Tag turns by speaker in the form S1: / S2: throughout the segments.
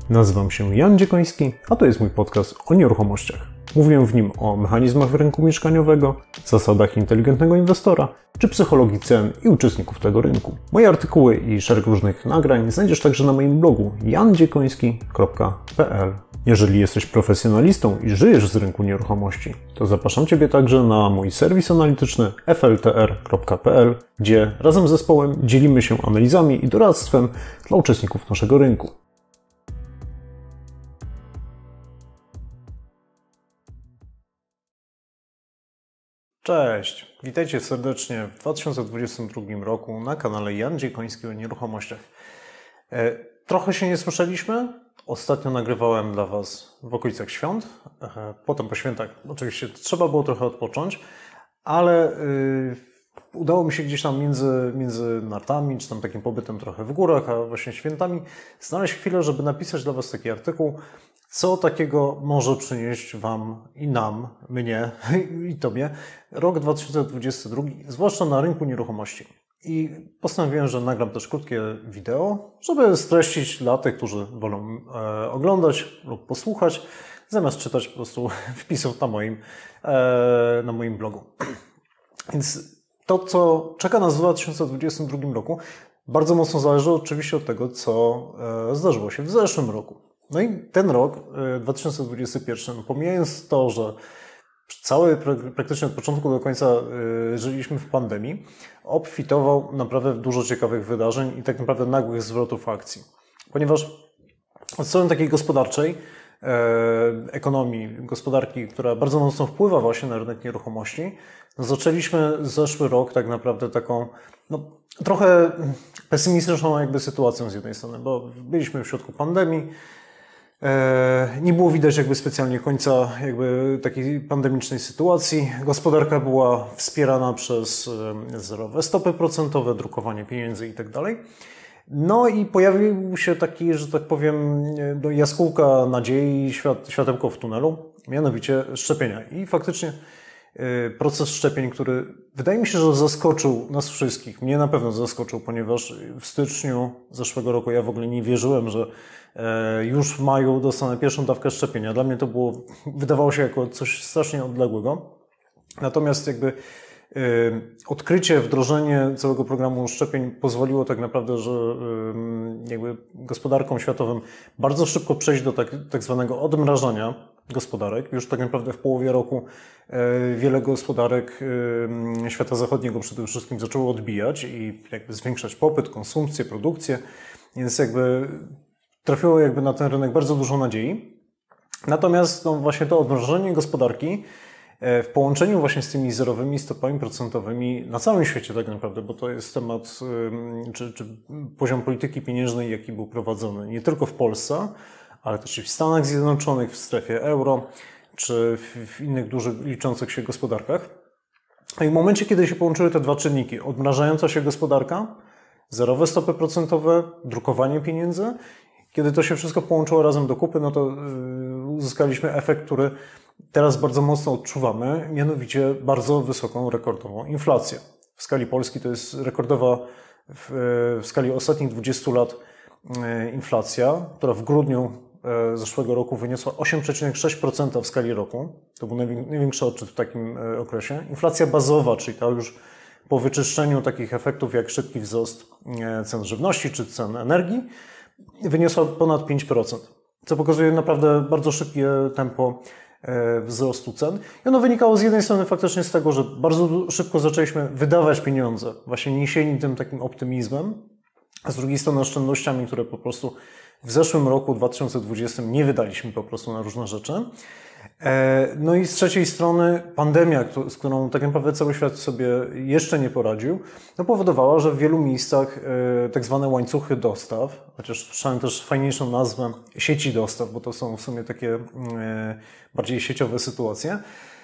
S1: Nazywam się Jan Dziekoński, a to jest mój podcast o nieruchomościach. Mówię w nim o mechanizmach rynku mieszkaniowego, zasadach inteligentnego inwestora, czy psychologii cen i uczestników tego rynku. Moje artykuły i szereg różnych nagrań znajdziesz także na moim blogu jandziekoński.pl. Jeżeli jesteś profesjonalistą i żyjesz z rynku nieruchomości, to zapraszam Ciebie także na mój serwis analityczny fltr.pl, gdzie razem z zespołem dzielimy się analizami i doradztwem dla uczestników naszego rynku. Cześć, witajcie serdecznie w 2022 roku na kanale Jan Dziekoński o nieruchomościach. Trochę się nie słyszeliśmy. Ostatnio nagrywałem dla Was w okolicach świąt, potem po świętach oczywiście trzeba było trochę odpocząć, ale udało mi się gdzieś tam między nartami, czy tam takim pobytem trochę w górach, a właśnie świętami znaleźć chwilę, żeby napisać dla Was taki artykuł, co takiego może przynieść Wam i nam, mnie i Tobie rok 2022, zwłaszcza na rynku nieruchomości. I postanowiłem, że nagram też krótkie wideo, żeby streścić dla tych, którzy wolą oglądać lub posłuchać, zamiast czytać po prostu wpisów na moim blogu. Więc to, co czeka nas w 2022 roku, bardzo mocno zależy oczywiście od tego, co zdarzyło się w zeszłym roku. No i ten rok, 2021, pomijając to, że praktycznie od początku do końca żyliśmy w pandemii, obfitował naprawdę dużo ciekawych wydarzeń i tak naprawdę nagłych zwrotów akcji. Ponieważ od strony takiej gospodarczej, ekonomii, gospodarki, która bardzo mocno wpływa właśnie na rynek nieruchomości, zaczęliśmy zeszły rok tak naprawdę taką trochę pesymistyczną jakby sytuacją z jednej strony, bo byliśmy w środku pandemii, nie było widać jakby specjalnie końca jakby takiej pandemicznej sytuacji. Gospodarka była wspierana przez zerowe stopy procentowe, drukowanie pieniędzy i tak dalej. No i pojawił się taki, że tak powiem, jaskółka nadziei, światełko w tunelu, mianowicie szczepienia. I faktycznie proces szczepień, który wydaje mi się, że zaskoczył nas wszystkich. Mnie na pewno zaskoczył, ponieważ w styczniu zeszłego roku ja w ogóle nie wierzyłem, że już w maju dostanę pierwszą dawkę szczepienia. Dla mnie to wydawało się jako coś strasznie odległego. Natomiast jakby odkrycie, wdrożenie całego programu szczepień pozwoliło tak naprawdę, że jakby gospodarkom światowym bardzo szybko przejść do tak zwanego odmrażania gospodarek. Już tak naprawdę w połowie roku wiele gospodarek świata zachodniego przede wszystkim zaczęło odbijać i jakby zwiększać popyt, konsumpcję, produkcję, więc jakby trafiło jakby na ten rynek bardzo dużo nadziei. Natomiast właśnie to odmrożenie gospodarki w połączeniu właśnie z tymi zerowymi stopami procentowymi na całym świecie tak naprawdę, bo to jest temat, czy poziom polityki pieniężnej, jaki był prowadzony nie tylko w Polsce, ale też i w Stanach Zjednoczonych, w strefie euro, czy w innych dużych liczących się gospodarkach. I w momencie, kiedy się połączyły te dwa czynniki, odmrażająca się gospodarka, zerowe stopy procentowe, drukowanie pieniędzy, kiedy to się wszystko połączyło razem do kupy, no to uzyskaliśmy efekt, który teraz bardzo mocno odczuwamy, mianowicie bardzo wysoką, rekordową inflację. W skali Polski to jest rekordowa w skali ostatnich 20 lat inflacja, która w grudniu zeszłego roku wyniosła 8,6% w skali roku. To był największy odczyt w takim okresie. Inflacja bazowa, czyli ta już po wyczyszczeniu takich efektów jak szybki wzrost cen żywności czy cen energii, wyniosła ponad 5%, co pokazuje naprawdę bardzo szybkie tempo wzrostu cen. I ono wynikało z jednej strony faktycznie z tego, że bardzo szybko zaczęliśmy wydawać pieniądze, właśnie niesieni tym takim optymizmem, a z drugiej strony oszczędnościami, które po prostu w zeszłym roku 2020 nie wydaliśmy po prostu na różne rzeczy. No i z trzeciej strony pandemia, z którą tak naprawdę cały świat sobie jeszcze nie poradził, powodowała, że w wielu miejscach tak zwane łańcuchy dostaw, chociaż słyszałem też fajniejszą nazwę sieci dostaw, bo to są w sumie takie bardziej sieciowe sytuacje,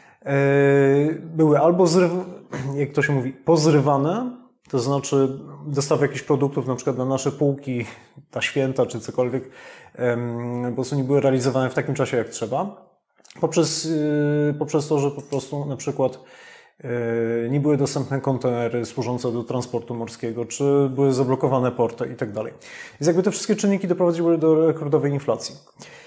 S1: były albo, jak to się mówi, pozrywane, to znaczy dostawy jakichś produktów, na przykład na nasze półki, na święta czy cokolwiek, po prostu nie były realizowane w takim czasie jak trzeba. Poprzez to, że po prostu na przykład nie były dostępne kontenery służące do transportu morskiego, czy były zablokowane porty i tak dalej. Więc jakby te wszystkie czynniki doprowadziły do rekordowej inflacji,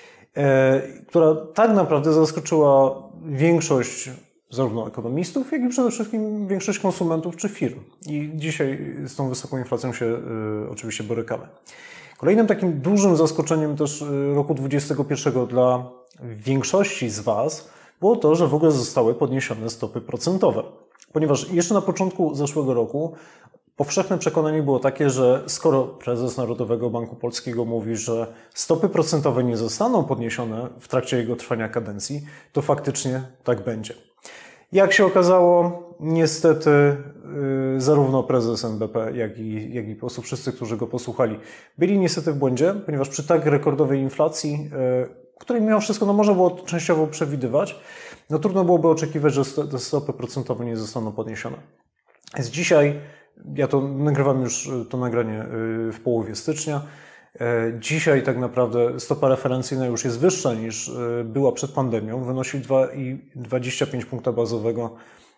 S1: która tak naprawdę zaskoczyła większość zarówno ekonomistów, jak i przede wszystkim większość konsumentów czy firm. I dzisiaj z tą wysoką inflacją się oczywiście borykamy. Kolejnym takim dużym zaskoczeniem też roku 2021 dla większości z Was było to, że w ogóle zostały podniesione stopy procentowe. Ponieważ jeszcze na początku zeszłego roku powszechne przekonanie było takie, że skoro prezes Narodowego Banku Polskiego mówi, że stopy procentowe nie zostaną podniesione w trakcie jego trwania kadencji, to faktycznie tak będzie. Jak się okazało, niestety zarówno prezes NBP, jak i po prostu wszyscy, którzy go posłuchali, byli niestety w błędzie, ponieważ przy tak rekordowej inflacji, której mimo wszystko można było częściowo przewidywać, trudno byłoby oczekiwać, że te stopy procentowe nie zostaną podniesione. Więc dzisiaj, ja to nagrywam już to nagranie w połowie stycznia, dzisiaj tak naprawdę stopa referencyjna już jest wyższa niż była przed pandemią, wynosi 2,25 punkta bazowego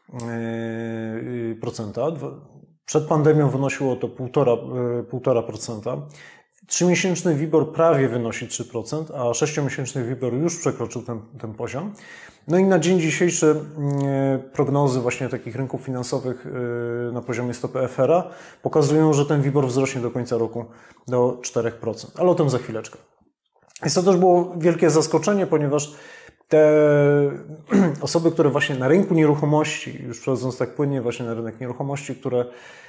S1: procenta. Przed pandemią wynosiło to 1,5%. 3-miesięczny WIBOR prawie wynosi 3%, a 6-miesięczny WIBOR już przekroczył ten poziom. No i na dzień dzisiejszy prognozy właśnie takich rynków finansowych na poziomie stopy FR-a pokazują, że ten WIBOR wzrośnie do końca roku do 4%, ale o tym za chwileczkę. Więc to też było wielkie zaskoczenie, ponieważ te osoby, które właśnie na rynku nieruchomości, już przechodząc tak płynnie właśnie na rynek nieruchomości, które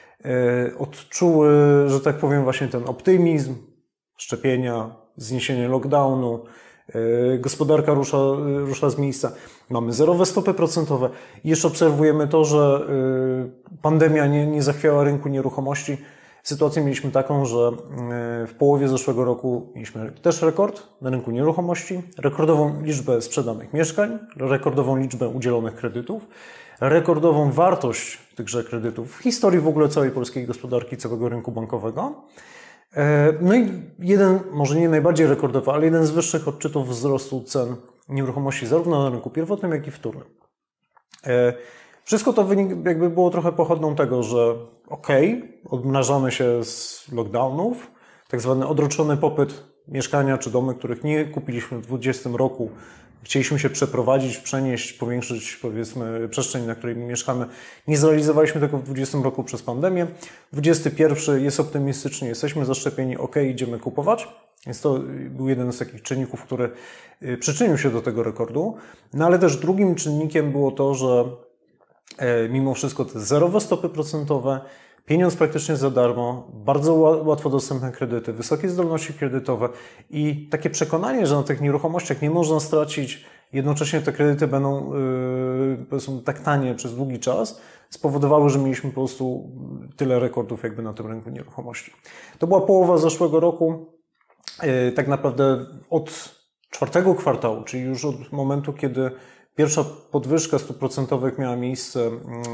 S1: odczuły, że tak powiem, właśnie ten optymizm, szczepienia, zniesienie lockdownu, gospodarka rusza z miejsca. Mamy zerowe stopy procentowe i jeszcze obserwujemy to, że pandemia nie zachwiała rynku nieruchomości. Sytuację mieliśmy taką, że w połowie zeszłego roku mieliśmy też rekord na rynku nieruchomości, rekordową liczbę sprzedanych mieszkań, rekordową liczbę udzielonych kredytów, rekordową wartość tychże kredytów w historii w ogóle całej polskiej gospodarki, całego rynku bankowego. No i jeden, może nie najbardziej rekordowy, ale jeden z wyższych odczytów wzrostu cen nieruchomości zarówno na rynku pierwotnym, jak i wtórnym. Wszystko to jakby było trochę pochodną tego, że odmrażamy się z lockdownów, tak zwany odroczony popyt mieszkania czy domy, których nie kupiliśmy w 2020 roku. Chcieliśmy się przeprowadzić, przenieść, powiększyć powiedzmy przestrzeń, na której mieszkamy. Nie zrealizowaliśmy tego w 2020 roku przez pandemię. 2021 jest optymistycznie, jesteśmy zaszczepieni, idziemy kupować. Więc to był jeden z takich czynników, który przyczynił się do tego rekordu. No ale też drugim czynnikiem było to, że mimo wszystko te zerowe stopy procentowe, pieniądz praktycznie za darmo, bardzo łatwo dostępne kredyty, wysokie zdolności kredytowe i takie przekonanie, że na tych nieruchomościach nie można stracić, jednocześnie te kredyty będą powiedzmy tak tanie przez długi czas, spowodowały, że mieliśmy po prostu tyle rekordów jakby na tym rynku nieruchomości. To była połowa zeszłego roku. Tak naprawdę od czwartego kwartału, czyli już od momentu, kiedy pierwsza podwyżka stóp procentowych miała miejsce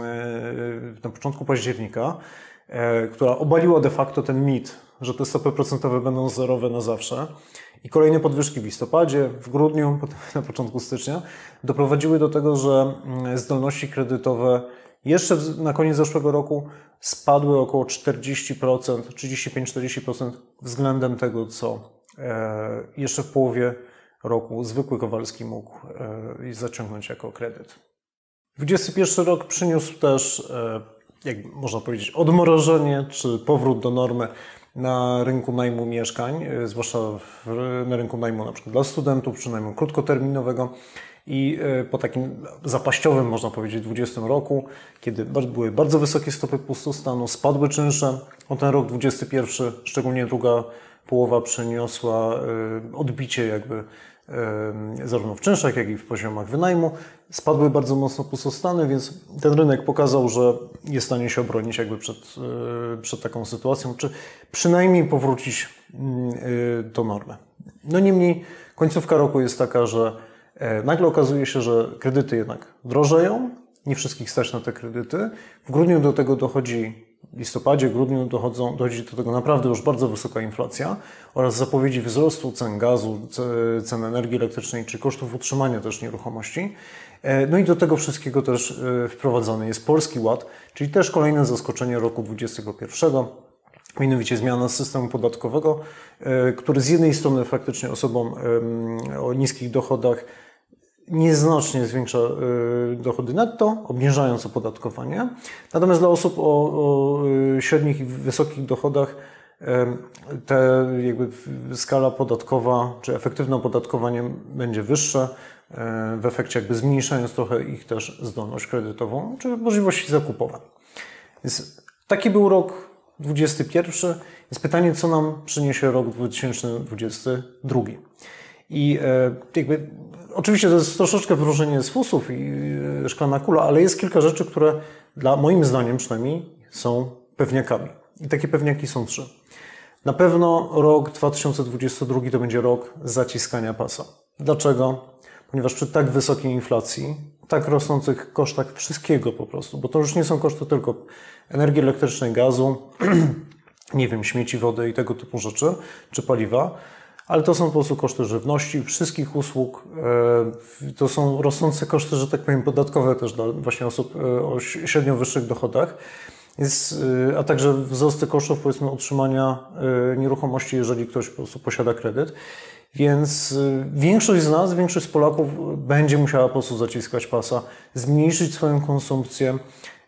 S1: na początku października, która obaliła de facto ten mit, że te stopy procentowe będą zerowe na zawsze. I kolejne podwyżki w listopadzie, w grudniu, potem na początku stycznia doprowadziły do tego, że zdolności kredytowe na koniec zeszłego roku spadły około 40%, 35-40% względem tego, co jeszcze w połowie roku zwykły Kowalski mógł zaciągnąć jako kredyt. 2021 rok przyniósł też, jak można powiedzieć, odmrożenie czy powrót do normy na rynku najmu mieszkań, zwłaszcza na rynku najmu na przykład dla studentów, czy najmu krótkoterminowego. I po takim zapaściowym, można powiedzieć, 2020 roku, kiedy były bardzo wysokie stopy pustostanu, spadły czynsze, ten rok 2021, szczególnie druga połowa przyniosła odbicie jakby zarówno w czynszach, jak i w poziomach wynajmu. Spadły bardzo mocno pustostany, więc ten rynek pokazał, że jest w stanie się obronić jakby przed taką sytuacją, czy przynajmniej powrócić do normy. No niemniej końcówka roku jest taka, że nagle okazuje się, że kredyty jednak drożeją, nie wszystkich stać na te kredyty. W grudniu do tego dochodzi, w listopadzie, grudniu dochodzi do tego naprawdę już bardzo wysoka inflacja oraz zapowiedzi wzrostu cen gazu, cen energii elektrycznej czy kosztów utrzymania też nieruchomości. No i do tego wszystkiego też wprowadzony jest Polski Ład, czyli też kolejne zaskoczenie roku 2021, mianowicie zmiana systemu podatkowego, który z jednej strony faktycznie osobom o niskich dochodach nieznacznie zwiększa dochody netto, obniżając opodatkowanie. Natomiast dla osób o średnich i wysokich dochodach skala podatkowa, czy efektywne opodatkowanie będzie wyższe, w efekcie zmniejszając trochę ich też zdolność kredytową, czy możliwości zakupowe. Więc taki był rok 2021. Jest pytanie, co nam przyniesie rok 2022. I oczywiście to jest troszeczkę wróżenie z fusów i szklana kula, ale jest kilka rzeczy, które moim zdaniem przynajmniej są pewniakami. I takie pewniaki są 3. Na pewno rok 2022 to będzie rok zaciskania pasa. Dlaczego? Ponieważ przy tak wysokiej inflacji, tak rosnących kosztach wszystkiego po prostu, bo to już nie są koszty tylko energii elektrycznej, gazu, śmieci, wody i tego typu rzeczy, czy paliwa, ale to są po prostu koszty żywności, wszystkich usług, to są rosnące koszty, że tak powiem, podatkowe też dla właśnie osób o średnio wyższych dochodach. A także wzrosty kosztów, powiedzmy, utrzymania nieruchomości, jeżeli ktoś po prostu posiada kredyt. Więc większość z nas, większość z Polaków będzie musiała po prostu zaciskać pasa, zmniejszyć swoją konsumpcję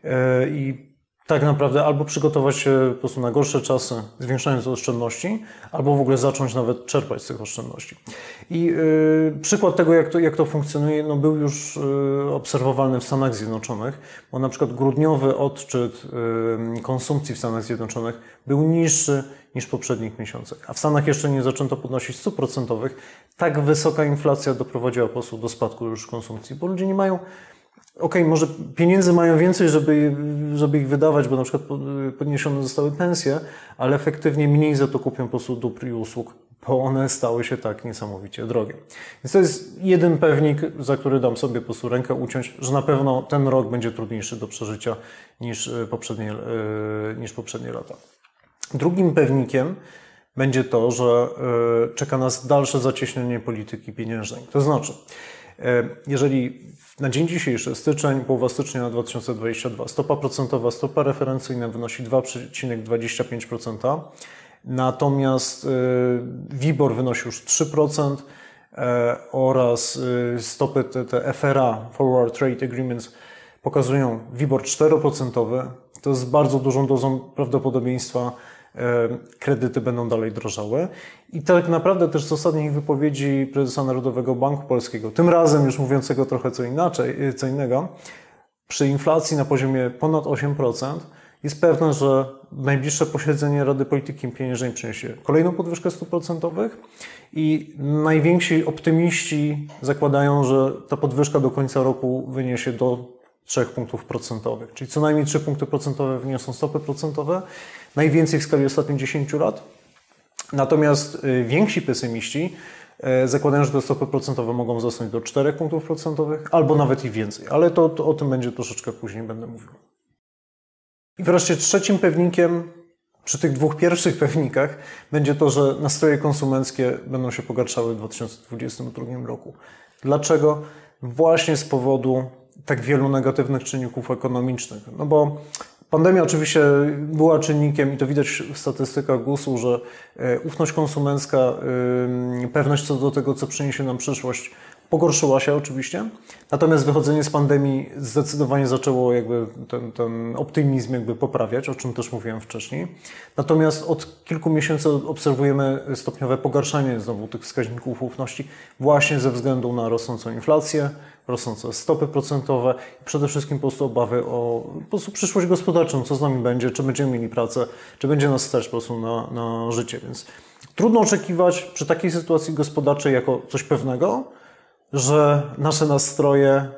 S1: i tak naprawdę albo przygotować się po prostu na gorsze czasy, zwiększając oszczędności, albo w ogóle zacząć nawet czerpać z tych oszczędności. I przykład tego, jak to funkcjonuje, był już obserwowalny w Stanach Zjednoczonych, bo na przykład grudniowy odczyt konsumpcji w Stanach Zjednoczonych był niższy niż w poprzednich miesiącach. A w Stanach jeszcze nie zaczęto podnosić stóp procentowych. Tak wysoka inflacja doprowadziła po prostu do spadku już konsumpcji, bo ludzie nie mają... może pieniędzy mają więcej, żeby ich wydawać, bo na przykład podniesione zostały pensje, ale efektywnie mniej za to kupią po prostu dóbr i usług, bo one stały się tak niesamowicie drogie. Więc to jest jeden pewnik, za który dam sobie po prostu rękę uciąć, że na pewno ten rok będzie trudniejszy do przeżycia niż poprzednie lata. Drugim pewnikiem będzie to, że czeka nas dalsze zacieśnienie polityki pieniężnej. To znaczy, jeżeli na dzień dzisiejszy, połowa stycznia 2022, stopa procentowa, stopa referencyjna wynosi 2,25%, natomiast WIBOR wynosi już 3% oraz stopy te FRA, Forward Rate Agreements, pokazują WIBOR 4%, to jest bardzo dużą dozą prawdopodobieństwa, kredyty będą dalej drożały. I tak naprawdę też z ostatnich wypowiedzi prezesa Narodowego Banku Polskiego, tym razem już mówiącego trochę co innego, przy inflacji na poziomie ponad 8% jest pewne, że najbliższe posiedzenie Rady Polityki Pieniężnej przyniesie kolejną podwyżkę stóp procentowych i najwięksi optymiści zakładają, że ta podwyżka do końca roku wyniesie do 3 punktów procentowych, czyli co najmniej 3 punkty procentowe wyniosą stopy procentowe, najwięcej w skali ostatnich 10 lat. Natomiast więksi pesymiści zakładają, że te stopy procentowe mogą wzrosnąć do 4 punktów procentowych, albo nawet i więcej, ale to o tym będzie troszeczkę później będę mówił. I wreszcie trzecim pewnikiem, przy tych dwóch pierwszych pewnikach, będzie to, że nastroje konsumenckie będą się pogarszały w 2022 roku. Dlaczego? Właśnie z powodu tak wielu negatywnych czynników ekonomicznych. No bo pandemia oczywiście była czynnikiem i to widać w statystykach GUS-u, że ufność konsumencka, pewność co do tego, co przyniesie nam przyszłość, pogorszyła się oczywiście. Natomiast wychodzenie z pandemii zdecydowanie zaczęło ten optymizm poprawiać, o czym też mówiłem wcześniej. Natomiast od kilku miesięcy obserwujemy stopniowe pogarszanie znowu tych wskaźników ufności właśnie ze względu na rosnącą inflację, rosnące stopy procentowe i przede wszystkim po prostu obawy o po prostu przyszłość gospodarczą, co z nami będzie, czy będziemy mieli pracę, czy będzie nas stać po prostu na życie. Więc trudno oczekiwać przy takiej sytuacji gospodarczej jako coś pewnego, że nasze nastroje,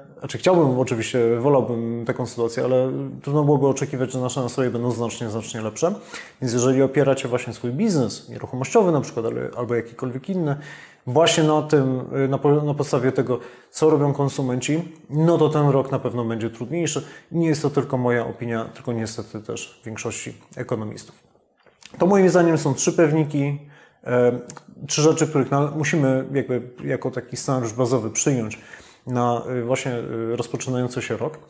S1: wolałbym taką sytuację, ale trudno byłoby oczekiwać, że nasze nastroje będą znacznie lepsze. Więc jeżeli opieracie właśnie swój biznes nieruchomościowy na przykład, albo jakikolwiek inny, właśnie na podstawie tego, co robią konsumenci, no to ten rok na pewno będzie trudniejszy. Nie jest to tylko moja opinia, tylko niestety też większości ekonomistów. To moim zdaniem są 3 pewniki, 3 rzeczy, których musimy jako taki scenariusz bazowy przyjąć, na właśnie rozpoczynający się rok.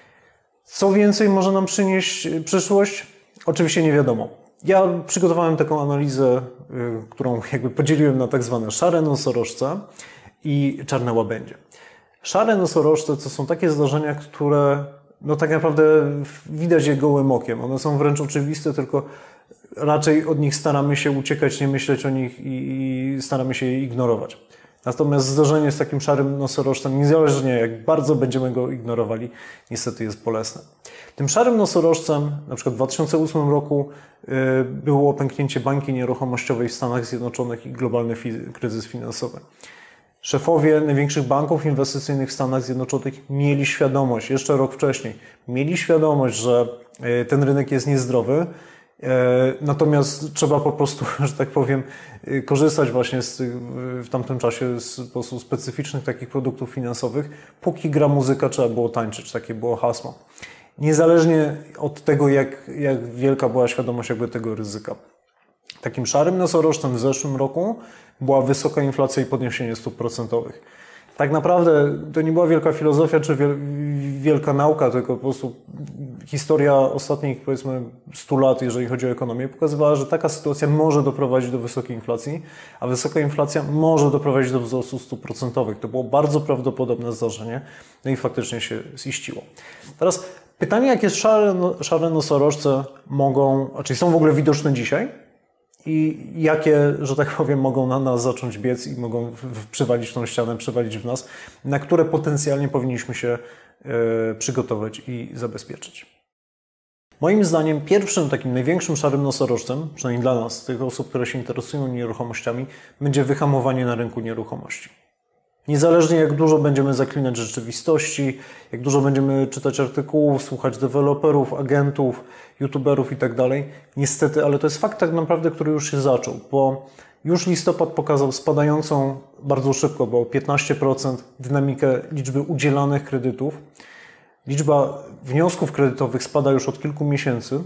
S1: Co więcej może nam przynieść przyszłość? Oczywiście nie wiadomo. Ja przygotowałem taką analizę, którą jakby podzieliłem na tak zwane szare nosorożce i czarne łabędzie. Szare nosorożce to są takie zdarzenia, które no tak naprawdę widać je gołym okiem. One są wręcz oczywiste, tylko raczej od nich staramy się uciekać, nie myśleć o nich i staramy się je ignorować. Natomiast zdarzenie z takim szarym nosorożcem, niezależnie jak bardzo będziemy go ignorowali, niestety jest bolesne. Tym szarym nosorożcem, na przykład w 2008 roku, było pęknięcie bańki nieruchomościowej w Stanach Zjednoczonych i globalny kryzys finansowy. Szefowie największych banków inwestycyjnych w Stanach Zjednoczonych mieli świadomość, jeszcze rok wcześniej, mieli świadomość, że ten rynek jest niezdrowy, natomiast trzeba po prostu, że tak powiem, korzystać właśnie w tamtym czasie z po prostu specyficznych takich produktów finansowych. Póki gra muzyka, trzeba było tańczyć, takie było hasło. Niezależnie od tego, jak wielka była świadomość jakby tego ryzyka. Takim szarym nosorożcem w zeszłym roku była wysoka inflacja i podniesienie stóp procentowych. Tak naprawdę to nie była wielka filozofia czy wielka nauka, tylko po prostu historia ostatnich, powiedzmy, 100 lat, jeżeli chodzi o ekonomię, pokazywała, że taka sytuacja może doprowadzić do wysokiej inflacji, a wysoka inflacja może doprowadzić do wzrostu stóp procentowych. To było bardzo prawdopodobne zdarzenie, no i faktycznie się ziściło. Teraz pytanie, jakie szare nosorożce mogą, czyli są w ogóle widoczne dzisiaj? I jakie, że tak powiem, mogą na nas zacząć biec i mogą przywalić w tą ścianę, przywalić w nas, na które potencjalnie powinniśmy się przygotować i zabezpieczyć. Moim zdaniem pierwszym takim największym szarym nosorożcem, przynajmniej dla nas, tych osób, które się interesują nieruchomościami, będzie wyhamowanie na rynku nieruchomości. Niezależnie jak dużo będziemy zaklinać rzeczywistości, jak dużo będziemy czytać artykułów, słuchać deweloperów, agentów, youtuberów i tak dalej, niestety, ale to jest fakt tak naprawdę, który już się zaczął, bo już listopad pokazał spadającą bardzo szybko, bo o 15% dynamikę liczby udzielanych kredytów. Liczba wniosków kredytowych spada już od kilku miesięcy,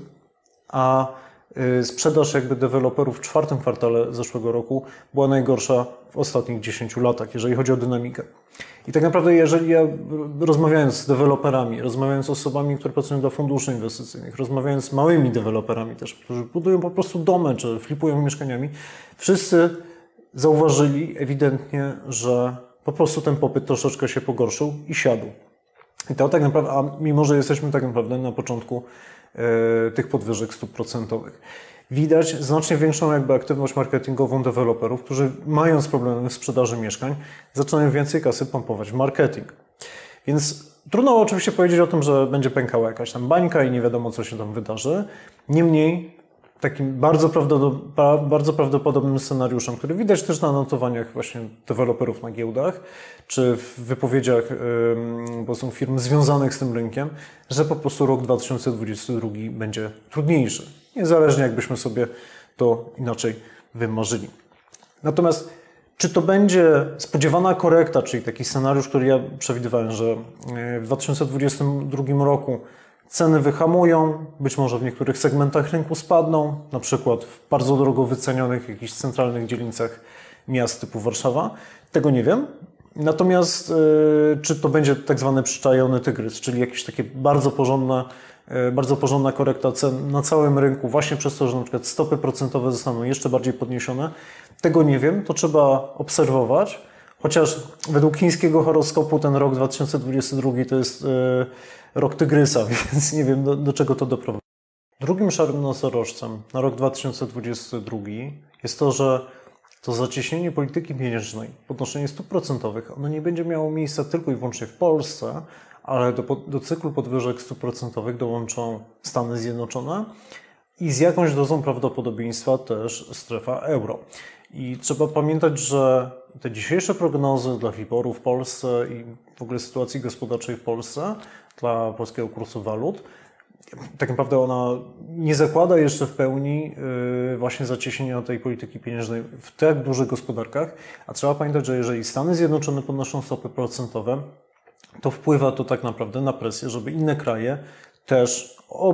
S1: a sprzedaż jakby deweloperów w czwartym kwartale zeszłego roku była najgorsza w ostatnich 10 latach, jeżeli chodzi o dynamikę. I tak naprawdę, jeżeli ja rozmawiając z deweloperami, rozmawiając z osobami, które pracują dla funduszy inwestycyjnych, rozmawiając z małymi deweloperami też, którzy budują po prostu domy czy flipują mieszkaniami, wszyscy zauważyli ewidentnie, że po prostu ten popyt troszeczkę się pogorszył i siadł. I to tak naprawdę, a mimo że jesteśmy tak naprawdę na początku tych podwyżek stóp procentowych. Widać znacznie większą jakby aktywność marketingową deweloperów, którzy mając problemy w sprzedaży mieszkań, zaczynają więcej kasy pompować w marketing. Więc trudno oczywiście powiedzieć o tym, że będzie pękała jakaś tam bańka i nie wiadomo, co się tam wydarzy. Niemniej takim bardzo prawdopodobnym scenariuszem, który widać też na notowaniach właśnie deweloperów na giełdach, czy w wypowiedziach po prostu firm związanych z tym rynkiem, że po prostu rok 2022 będzie trudniejszy. Niezależnie jakbyśmy sobie to inaczej wymarzyli. Natomiast czy to będzie spodziewana korekta, czyli taki scenariusz, który ja przewidywałem, że w 2022 roku ceny wyhamują, być może w niektórych segmentach rynku spadną, na przykład w bardzo drogo wycenionych jakichś centralnych dzielnicach miast typu Warszawa. Tego nie wiem. Natomiast czy to będzie tak zwany przyczajony tygrys, czyli jakieś takie bardzo porządna korekta cen na całym rynku, właśnie przez to, że na przykład stopy procentowe zostaną jeszcze bardziej podniesione. Tego nie wiem, to trzeba obserwować, chociaż według chińskiego horoskopu ten rok 2022 to jest rok tygrysa, więc nie wiem do czego to doprowadzi. Drugim szarym nosorożcem na rok 2022 jest to, że to zacieśnienie polityki pieniężnej, podnoszenie stóp procentowych, ono nie będzie miało miejsca tylko i wyłącznie w Polsce, ale do cyklu podwyżek stóp procentowych dołączą Stany Zjednoczone i z jakąś dozą prawdopodobieństwa też strefa euro. I trzeba pamiętać, że te dzisiejsze prognozy dla WIBOR-u w Polsce i w ogóle sytuacji gospodarczej w Polsce, dla polskiego kursu walut, tak naprawdę ona nie zakłada jeszcze w pełni właśnie zacieśnienia tej polityki pieniężnej w tak dużych gospodarkach, a trzeba pamiętać, że jeżeli Stany Zjednoczone podnoszą stopy procentowe, to wpływa to tak naprawdę na presję, żeby inne kraje też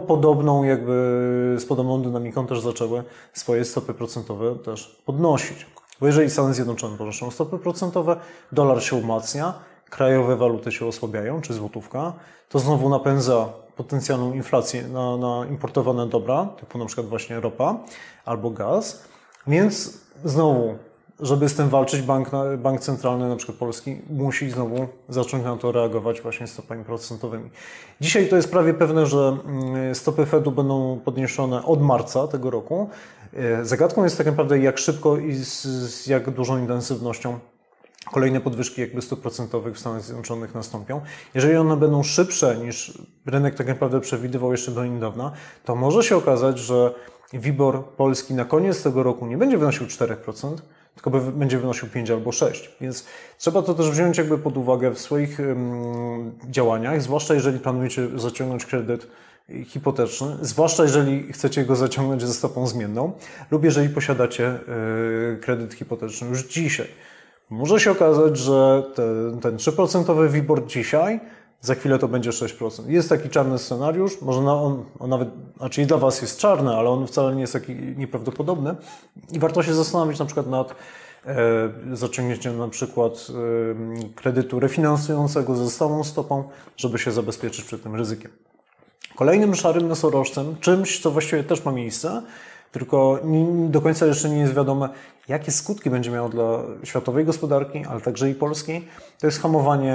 S1: z podobną dynamiką też zaczęły swoje stopy procentowe też podnosić. Bo jeżeli Stany Zjednoczone podnoszą stopy procentowe, dolar się umacnia krajowe waluty się osłabiają, czy złotówka, to znowu napędza potencjalną inflację na importowane dobra, typu na przykład właśnie ropa albo gaz. Więc znowu, żeby z tym walczyć, bank centralny, na przykład polski, musi znowu zacząć na to reagować właśnie stopami procentowymi. Dzisiaj to jest prawie pewne, że stopy Fedu będą podniesione od marca tego roku. Zagadką jest tak naprawdę, jak szybko i z jak dużą intensywnością kolejne podwyżki jakby stóp procentowych w Stanach Zjednoczonych nastąpią. Jeżeli one będą szybsze niż rynek tak naprawdę przewidywał jeszcze do niedawna, to może się okazać, że WIBOR polski na koniec tego roku nie będzie wynosił 4%, tylko będzie wynosił 5 albo 6. Więc trzeba to też wziąć jakby pod uwagę w swoich działaniach, zwłaszcza jeżeli planujecie zaciągnąć kredyt hipoteczny, zwłaszcza jeżeli chcecie go zaciągnąć ze stopą zmienną lub jeżeli posiadacie kredyt hipoteczny już dzisiaj. Może się okazać, że ten 3% WIBOR dzisiaj, za chwilę to będzie 6%. Jest taki czarny scenariusz, może on nawet, znaczy i dla Was jest czarny, ale on wcale nie jest taki nieprawdopodobny i warto się zastanowić na przykład nad zaciągnięciem na przykład kredytu refinansującego ze stałą stopą, żeby się zabezpieczyć przed tym ryzykiem. Kolejnym szarym nosorożcem, czymś, co właściwie też ma miejsce, tylko do końca jeszcze nie jest wiadome, jakie skutki będzie miało dla światowej gospodarki, ale także i polskiej, to jest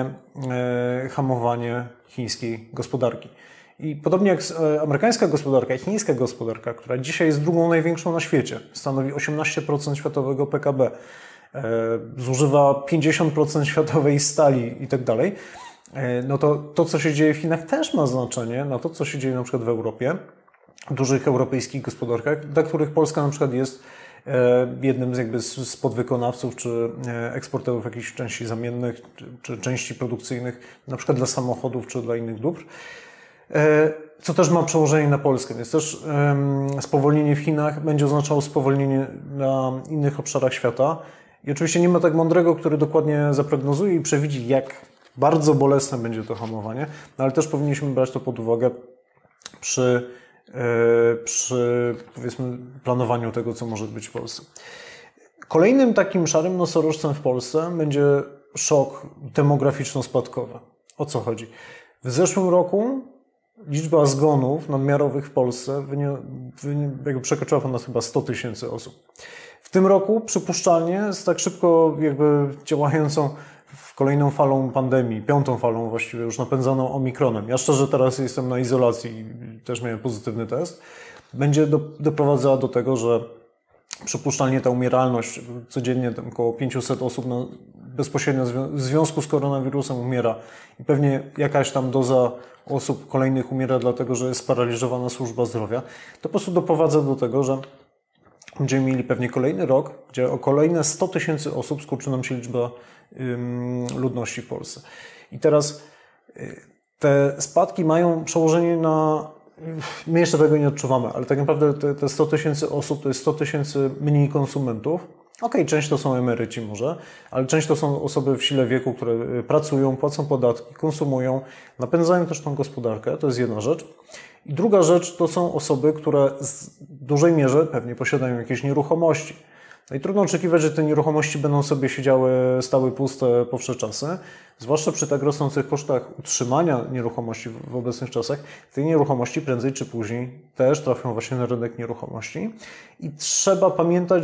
S1: hamowanie chińskiej gospodarki. I podobnie jak amerykańska gospodarka i chińska gospodarka, która dzisiaj jest drugą największą na świecie, stanowi 18% światowego PKB, zużywa 50% światowej stali i tak dalej, no to, co się dzieje w Chinach też ma znaczenie na to, co się dzieje na przykład w Europie, w dużych europejskich gospodarkach, dla których Polska na przykład jest jednym z podwykonawców czy eksporterów jakichś części zamiennych czy części produkcyjnych, na przykład dla samochodów czy dla innych dóbr, co też ma przełożenie na Polskę. Więc też spowolnienie w Chinach będzie oznaczało spowolnienie na innych obszarach świata. I oczywiście nie ma tak mądrego, który dokładnie zaprognozuje i przewidzi, jak bardzo bolesne będzie to hamowanie, no ale też powinniśmy brać to pod uwagę przy powiedzmy planowaniu tego, co może być w Polsce. Kolejnym takim szarym nosorożcem w Polsce będzie szok demograficzno-spadkowy. O co chodzi? W zeszłym roku liczba zgonów nadmiarowych w Polsce jakby przekroczyła ponad chyba 100 000 osób. W tym roku przypuszczalnie z tak szybko jakby działającą w kolejną falą pandemii, 5. falą właściwie już napędzaną omikronem. Ja szczerze teraz jestem na izolacji i też miałem pozytywny test. Będzie doprowadzała do tego, że przypuszczalnie ta umieralność codziennie tam około 500 osób bezpośrednio w związku z koronawirusem umiera i pewnie jakaś tam doza osób kolejnych umiera dlatego, że jest sparaliżowana służba zdrowia. To po prostu doprowadza do tego, że będziemy mieli pewnie kolejny rok, gdzie o kolejne 100 000 osób skurczy nam się liczba ludności w Polsce. I teraz te spadki mają przełożenie na... My jeszcze tego nie odczuwamy, ale tak naprawdę te 100 000 osób to jest 100 000 mniej konsumentów. Okej, część to są emeryci może, ale część to są osoby w sile wieku, które pracują, płacą podatki, konsumują, napędzają też tą gospodarkę, to jest jedna rzecz. I druga rzecz to są osoby, które w dużej mierze pewnie posiadają jakieś nieruchomości. No i trudno oczekiwać, że te nieruchomości będą sobie stały puste po wsze czasy, zwłaszcza przy tak rosnących kosztach utrzymania nieruchomości w obecnych czasach. Te nieruchomości prędzej czy później też trafią właśnie na rynek nieruchomości i trzeba pamiętać,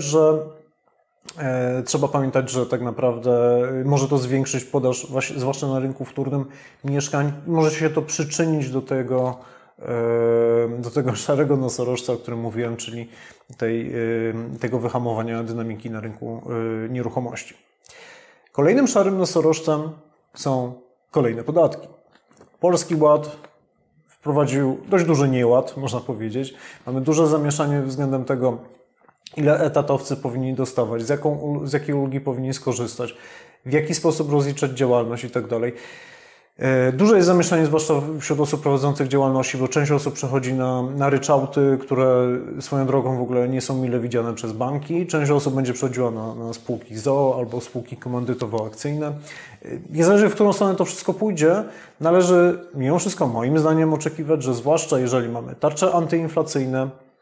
S1: że tak naprawdę może to zwiększyć podaż, zwłaszcza na rynku wtórnym mieszkań i może się to przyczynić do tego szarego nosorożca, o którym mówiłem, czyli tego wyhamowania dynamiki na rynku nieruchomości. Kolejnym szarym nosorożcem są kolejne podatki. Polski Ład wprowadził dość duży nieład, można powiedzieć. Mamy duże zamieszanie względem tego, ile etatowcy powinni dostawać, z jakiej ulgi powinni skorzystać, w jaki sposób rozliczać działalność i tak dalej. Duże jest zamieszanie, zwłaszcza wśród osób prowadzących działalności, bo część osób przechodzi na ryczałty, które swoją drogą w ogóle nie są mile widziane przez banki. Część osób będzie przechodziła na spółki z o.o. albo spółki komandytowo-akcyjne. Niezależnie w którą stronę to wszystko pójdzie, należy mimo wszystko moim zdaniem oczekiwać, że zwłaszcza jeżeli mamy tarcze antyinflacyjne,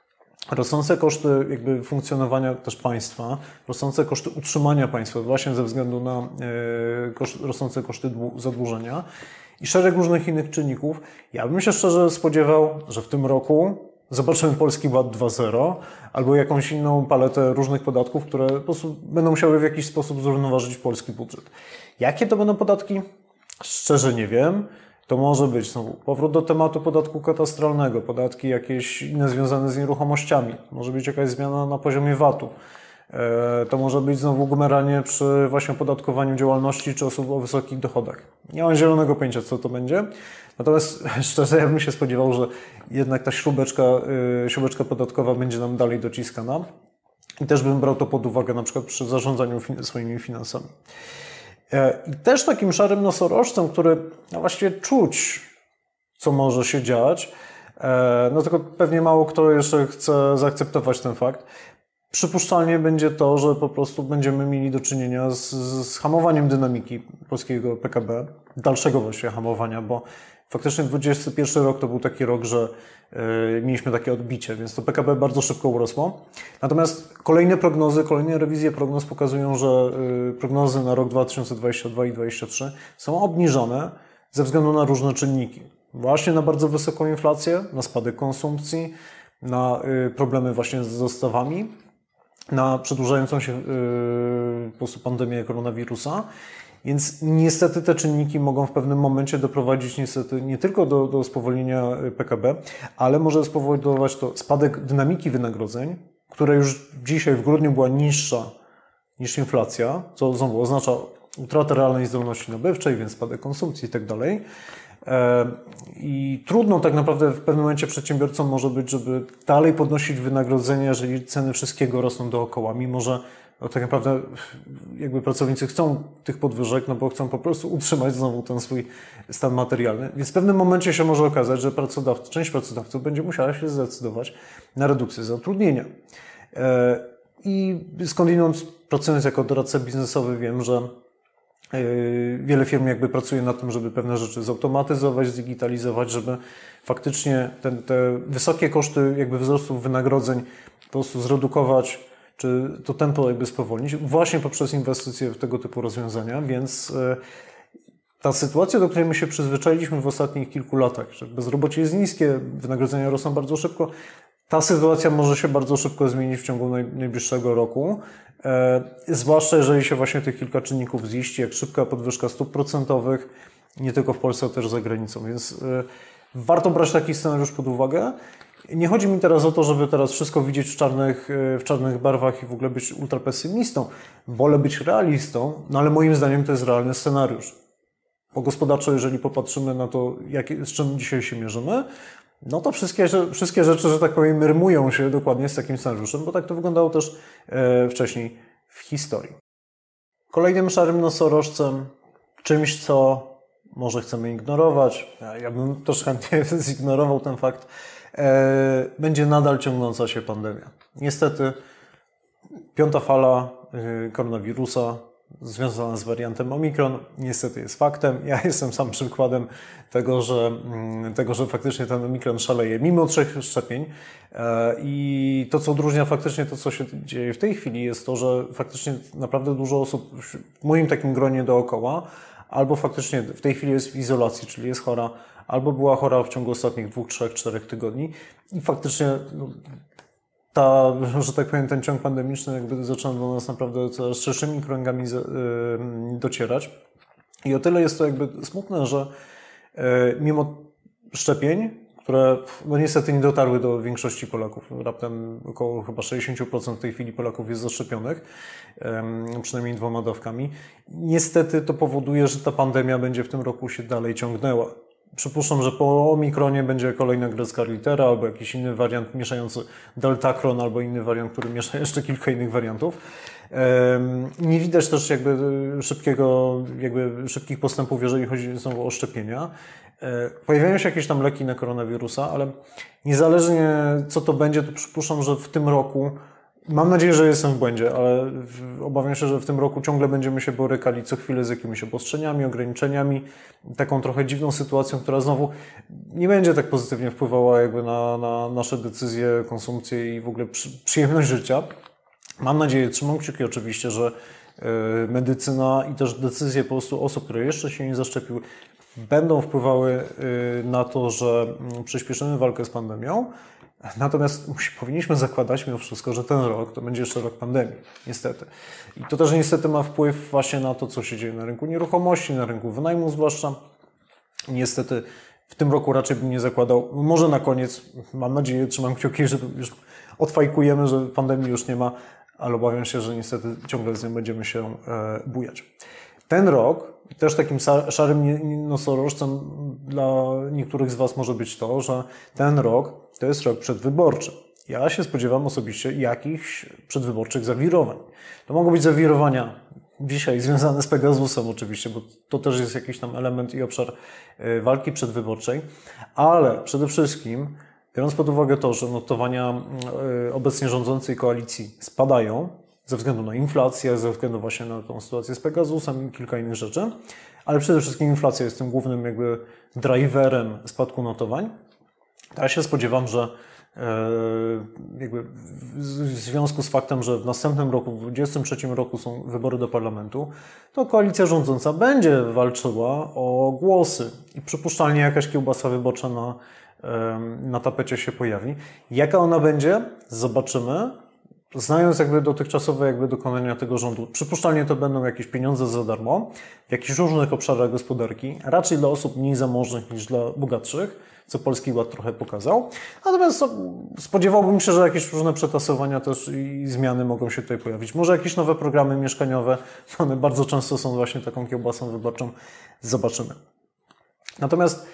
S1: rosnące koszty jakby funkcjonowania też państwa, rosnące koszty utrzymania państwa właśnie ze względu na rosnące koszty zadłużenia i szereg różnych innych czynników. Ja bym się szczerze spodziewał, że w tym roku zobaczymy Polski Ład 2.0 albo jakąś inną paletę różnych podatków, które po prostu będą musiały w jakiś sposób zrównoważyć polski budżet. Jakie to będą podatki? Szczerze nie wiem. To może być znowu powrót do tematu podatku katastralnego, podatki jakieś inne związane z nieruchomościami, może być jakaś zmiana na poziomie VAT-u. To może być znowu gmeranie przy właśnie opodatkowaniu działalności czy osób o wysokich dochodach. Nie mam zielonego pojęcia, co to będzie. Natomiast szczerze ja bym się spodziewał, że jednak ta śrubeczka podatkowa będzie nam dalej dociskana. I też bym brał to pod uwagę na przykład przy zarządzaniu swoimi finansami. I też takim szarym nosorożcem, który właściwie czuć, co może się dziać, no tylko pewnie mało kto jeszcze chce zaakceptować ten fakt. Przypuszczalnie będzie to, że po prostu będziemy mieli do czynienia z hamowaniem dynamiki polskiego PKB, dalszego właściwie hamowania, bo faktycznie 2021 rok to był taki rok, że mieliśmy takie odbicie, więc to PKB bardzo szybko urosło. Natomiast kolejne rewizje prognoz pokazują, że prognozy na rok 2022 i 2023 są obniżone ze względu na różne czynniki. Właśnie na bardzo wysoką inflację, na spadek konsumpcji, na problemy właśnie z dostawami, na przedłużającą się po prostu pandemię koronawirusa. Więc niestety te czynniki mogą w pewnym momencie doprowadzić niestety nie tylko do spowolnienia PKB, ale może spowodować to spadek dynamiki wynagrodzeń, która już dzisiaj w grudniu była niższa niż inflacja, co znowu oznacza utratę realnej zdolności nabywczej, więc spadek konsumpcji i tak dalej. I trudno tak naprawdę w pewnym momencie przedsiębiorcom może być, żeby dalej podnosić wynagrodzenia, jeżeli ceny wszystkiego rosną dookoła, mimo że tak naprawdę jakby pracownicy chcą tych podwyżek, no bo chcą po prostu utrzymać znowu ten swój stan materialny. Więc w pewnym momencie się może okazać, że część pracodawców będzie musiała się zdecydować na redukcję zatrudnienia. I skądinąd pracując jako doradca biznesowy wiem, że wiele firm jakby pracuje nad tym, żeby pewne rzeczy zautomatyzować, zdigitalizować, żeby faktycznie te wysokie koszty jakby wzrostu wynagrodzeń po prostu zredukować, czy to tempo jakby spowolnić, właśnie poprzez inwestycje w tego typu rozwiązania, więc ta sytuacja, do której my się przyzwyczailiśmy w ostatnich kilku latach, że bezrobocie jest niskie, wynagrodzenia rosną bardzo szybko, ta sytuacja może się bardzo szybko zmienić w ciągu najbliższego roku, zwłaszcza jeżeli się właśnie tych kilka czynników ziści, jak szybka podwyżka stóp procentowych, nie tylko w Polsce, ale też za granicą, więc warto brać taki scenariusz pod uwagę. Nie chodzi mi teraz o to, żeby teraz wszystko widzieć w czarnych barwach i w ogóle być ultrapesymistą. Wolę być realistą, no ale moim zdaniem to jest realny scenariusz. Bo gospodarczo, jeżeli popatrzymy na to, z czym dzisiaj się mierzymy, no to wszystkie rzeczy, że tak powiem, rymują się dokładnie z takim scenariuszem, bo tak to wyglądało też wcześniej w historii. Kolejnym szarym nosorożcem, czymś, co może chcemy ignorować, ja bym też chętnie zignorował ten fakt, będzie nadal ciągnąca się pandemia. Niestety 5. fala koronawirusa związana z wariantem Omikron niestety jest faktem. Ja jestem sam przykładem tego, że faktycznie ten Omikron szaleje mimo 3 szczepień. I to, co odróżnia faktycznie to, co się dzieje w tej chwili, jest to, że faktycznie naprawdę dużo osób w moim takim gronie dookoła albo faktycznie w tej chwili jest w izolacji, czyli jest chora, albo była chora w ciągu ostatnich 2, 3, 4 tygodni i faktycznie że tak powiem, ten ciąg pandemiczny jakby zaczyna do nas naprawdę coraz szerszymi kręgami docierać. I o tyle jest to jakby smutne, że mimo szczepień, które no niestety nie dotarły do większości Polaków, raptem około chyba 60% w tej chwili Polaków jest zaszczepionych, przynajmniej 2 dawkami, niestety to powoduje, że ta pandemia będzie w tym roku się dalej ciągnęła. Przypuszczam, że po Omikronie będzie kolejna grecka litera albo jakiś inny wariant mieszający deltakron albo inny wariant, który miesza jeszcze kilka innych wariantów. Nie widać też jakby szybkich postępów, jeżeli chodzi znowu o szczepienia. Pojawiają się jakieś tam leki na koronawirusa, ale niezależnie co to będzie, to przypuszczam, że w tym roku Mam nadzieję, że jestem w błędzie, ale obawiam się, że w tym roku ciągle będziemy się borykali co chwilę z jakimiś obostrzeniami, ograniczeniami, taką trochę dziwną sytuacją, która znowu nie będzie tak pozytywnie wpływała jakby na nasze decyzje, konsumpcję i w ogóle przyjemność życia. Mam nadzieję, trzymam kciuki oczywiście, że medycyna i też decyzje po prostu osób, które jeszcze się nie zaszczepiły, będą wpływały na to, że przyspieszymy walkę z pandemią. Natomiast powinniśmy zakładać mimo wszystko, że ten rok to będzie jeszcze rok pandemii, niestety. I to też niestety ma wpływ właśnie na to, co się dzieje na rynku nieruchomości, na rynku wynajmu zwłaszcza. Niestety w tym roku raczej bym nie zakładał, może na koniec, mam nadzieję, trzymam kciuki, że już odfajkujemy, że pandemii już nie ma, ale obawiam się, że niestety ciągle z nią będziemy się bujać. Ten rok, też takim szarym nosorożcem dla niektórych z Was może być to, że ten rok to jest rok przedwyborczy. Ja się spodziewam osobiście jakichś przedwyborczych zawirowań. To mogą być zawirowania dzisiaj związane z Pegasusem oczywiście, bo to też jest jakiś tam element i obszar walki przedwyborczej, ale przede wszystkim biorąc pod uwagę to, że notowania obecnie rządzącej koalicji spadają ze względu na inflację, ze względu właśnie na tą sytuację z Pegasusem i kilka innych rzeczy, ale przede wszystkim inflacja jest tym głównym jakby driverem spadku notowań. Ja się spodziewam, że jakby w związku z faktem, że w następnym roku, w 2023 roku są wybory do parlamentu, to koalicja rządząca będzie walczyła o głosy i przypuszczalnie jakaś kiełbasa wyborcza na tapecie się pojawi. Jaka ona będzie? Zobaczymy. Znając jakby dotychczasowe dokonania tego rządu, przypuszczalnie to będą jakieś pieniądze za darmo w jakichś różnych obszarach gospodarki, raczej dla osób mniej zamożnych niż dla bogatszych, co Polski Ład trochę pokazał. Natomiast spodziewałbym się, że jakieś różne przetasowania też i zmiany mogą się tutaj pojawić. Może jakieś nowe programy mieszkaniowe, one bardzo często są właśnie taką kiełbasą wyborczą. Zobaczymy. Natomiast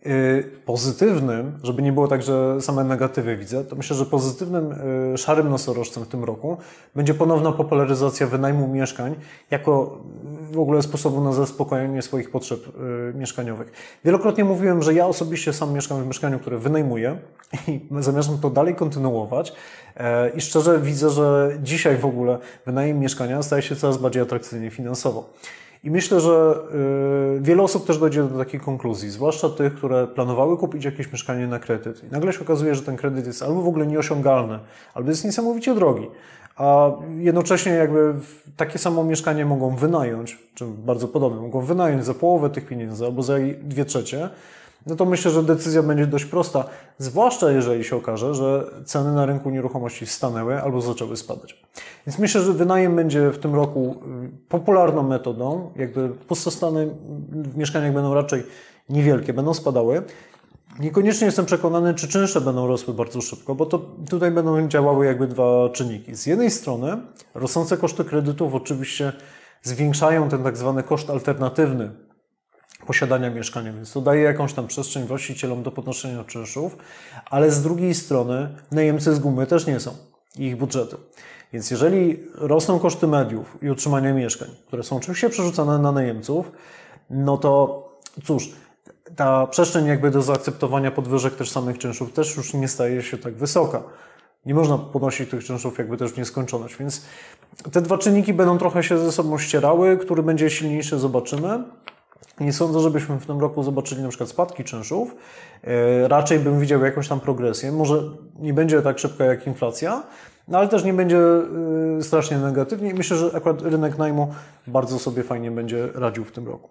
S1: pozytywnym, żeby nie było tak, że same negatywy widzę, to myślę, że pozytywnym szarym nosorożcem w tym roku będzie ponowna popularyzacja wynajmu mieszkań jako w ogóle sposobu na zaspokojenie swoich potrzeb mieszkaniowych. Wielokrotnie mówiłem, że ja osobiście sam mieszkam w mieszkaniu, które wynajmuję i zamierzam to dalej kontynuować i szczerze widzę, że dzisiaj w ogóle wynajem mieszkania staje się coraz bardziej atrakcyjny finansowo. I myślę, że wiele osób też dojdzie do takiej konkluzji, zwłaszcza tych, które planowały kupić jakieś mieszkanie na kredyt. I nagle się okazuje, że ten kredyt jest albo w ogóle nieosiągalny, albo jest niesamowicie drogi. A jednocześnie jakby takie samo mieszkanie mogą wynająć, czy bardzo podobne, mogą wynająć za połowę tych pieniędzy albo za 2/3, no to myślę, że decyzja będzie dość prosta, zwłaszcza jeżeli się okaże, że ceny na rynku nieruchomości stanęły albo zaczęły spadać. Więc myślę, że wynajem będzie w tym roku popularną metodą, jakby pustostany w mieszkaniach będą raczej niewielkie, będą spadały. Niekoniecznie jestem przekonany, czy czynsze będą rosły bardzo szybko, bo to tutaj będą działały jakby dwa czynniki. Z jednej strony rosnące koszty kredytów oczywiście zwiększają ten tak zwany koszt alternatywny posiadania mieszkania, więc to daje jakąś tam przestrzeń właścicielom do podnoszenia czynszów, ale z drugiej strony najemcy z gumy też nie są i ich budżety. Więc jeżeli rosną koszty mediów i utrzymania mieszkań, które są oczywiście przerzucane na najemców, no to cóż, ta przestrzeń jakby do zaakceptowania podwyżek też samych czynszów też już nie staje się tak wysoka. Nie można podnosić tych czynszów jakby też w nieskończoność, więc te dwa czynniki będą trochę się ze sobą ścierały, który będzie silniejszy zobaczymy. Nie sądzę, żebyśmy w tym roku zobaczyli na przykład spadki czynszów. Raczej bym widział jakąś tam progresję. Może nie będzie tak szybka jak inflacja, no ale też nie będzie strasznie negatywnie i myślę, że akurat rynek najmu bardzo sobie fajnie będzie radził w tym roku.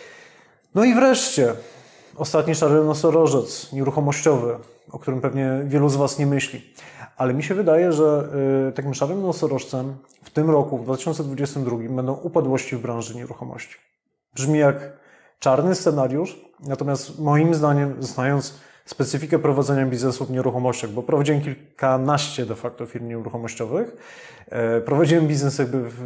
S1: No i wreszcie ostatni szary nosorożec nieruchomościowy, o którym pewnie wielu z Was nie myśli. Ale mi się wydaje, że takim szarym nosorożcem w tym roku, w 2022, będą upadłości w branży nieruchomości. Brzmi jak czarny scenariusz, natomiast moim zdaniem, znając specyfikę prowadzenia biznesu w nieruchomościach, bo prowadziłem kilkanaście de facto firm nieruchomościowych, prowadziłem biznes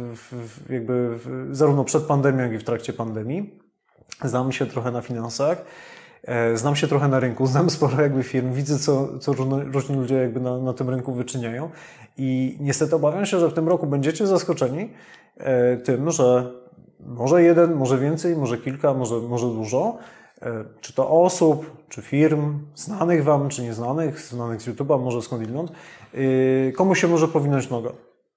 S1: zarówno przed pandemią, jak i w trakcie pandemii. Znam się trochę na finansach, znam się trochę na rynku, znam sporo firm, widzę co różni ludzie na tym rynku wyczyniają i niestety obawiam się, że w tym roku będziecie zaskoczeni tym, że może jeden, może więcej, może kilka, może dużo, czy to osób, czy firm, znanych Wam, czy nieznanych, znanych z YouTube'a, może skądinąd, komuś się może powinąć noga.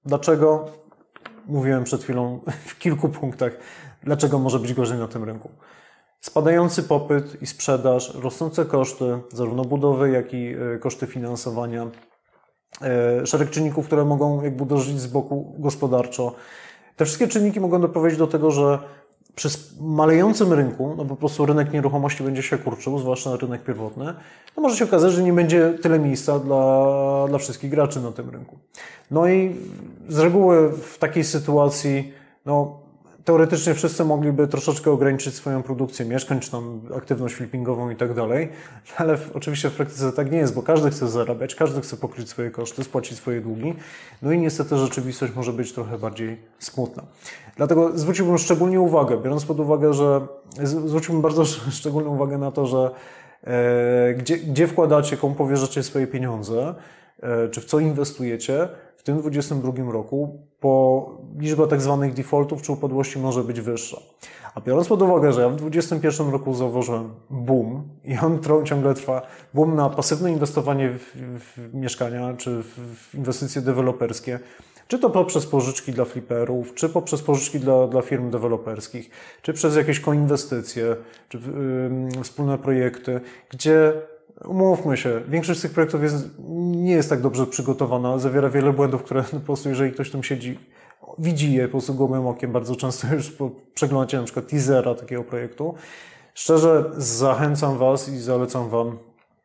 S1: Dlaczego? Mówiłem przed chwilą w kilku punktach, dlaczego może być gorzej na tym rynku. Spadający popyt i sprzedaż, rosnące koszty, zarówno budowy, jak i koszty finansowania, szereg czynników, które mogą jakby uderzyć z boku gospodarczo. Te wszystkie czynniki mogą doprowadzić do tego, że przy malejącym rynku, no po prostu rynek nieruchomości będzie się kurczył, zwłaszcza rynek pierwotny, no może się okazać, że nie będzie tyle miejsca dla wszystkich graczy na tym rynku. No i z reguły w takiej sytuacji, no teoretycznie wszyscy mogliby troszeczkę ograniczyć swoją produkcję mieszkań, czy tam aktywność flippingową i tak dalej, ale oczywiście w praktyce tak nie jest, bo każdy chce zarabiać, każdy chce pokryć swoje koszty, spłacić swoje długi, no i niestety rzeczywistość może być trochę bardziej smutna. Dlatego zwróciłbym szczególnie uwagę, biorąc pod uwagę, że zwróciłbym bardzo szczególną uwagę na to, że gdzie wkładacie, komu powierzacie swoje pieniądze, czy w co inwestujecie, w tym 2022 roku, bo liczba tak zwanych defaultów czy upadłości może być wyższa. A biorąc pod uwagę, że ja w 2021 roku zauważyłem boom i on ciągle trwa, boom na pasywne inwestowanie w mieszkania czy w inwestycje deweloperskie, czy to poprzez pożyczki dla fliperów, czy poprzez pożyczki dla firm deweloperskich, czy przez jakieś koinwestycje, czy wspólne projekty, gdzie umówmy się, większość z tych projektów nie jest tak dobrze przygotowana, zawiera wiele błędów, które po prostu, jeżeli ktoś tam siedzi, widzi je po prostu gołym okiem, bardzo często już po przeglądzie na przykład teasera takiego projektu. Szczerze zachęcam Was i zalecam Wam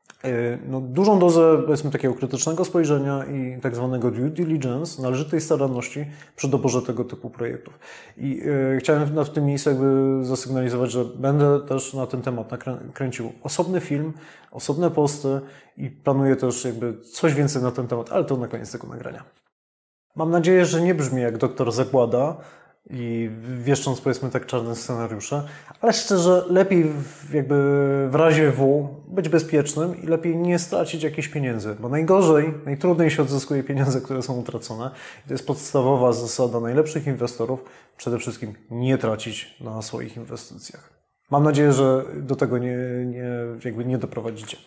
S1: dużą dozę, powiedzmy, takiego krytycznego spojrzenia i tak zwanego due diligence, należytej staranności przy doborze tego typu projektów. I chciałem w tym miejscu jakby zasygnalizować, że będę też na ten temat kręcił osobny film, osobne posty i planuję też jakby coś więcej na ten temat, ale to na koniec tego nagrania. Mam nadzieję, że nie brzmi jak doktor zakłada i wieszcząc, powiedzmy, tak czarne scenariusze, ale szczerze lepiej jakby w razie W być bezpiecznym i lepiej nie stracić jakichś pieniędzy, bo najtrudniej się odzyskuje pieniądze, które są utracone. I to jest podstawowa zasada najlepszych inwestorów, przede wszystkim nie tracić na swoich inwestycjach. Mam nadzieję, że do tego nie doprowadzicie.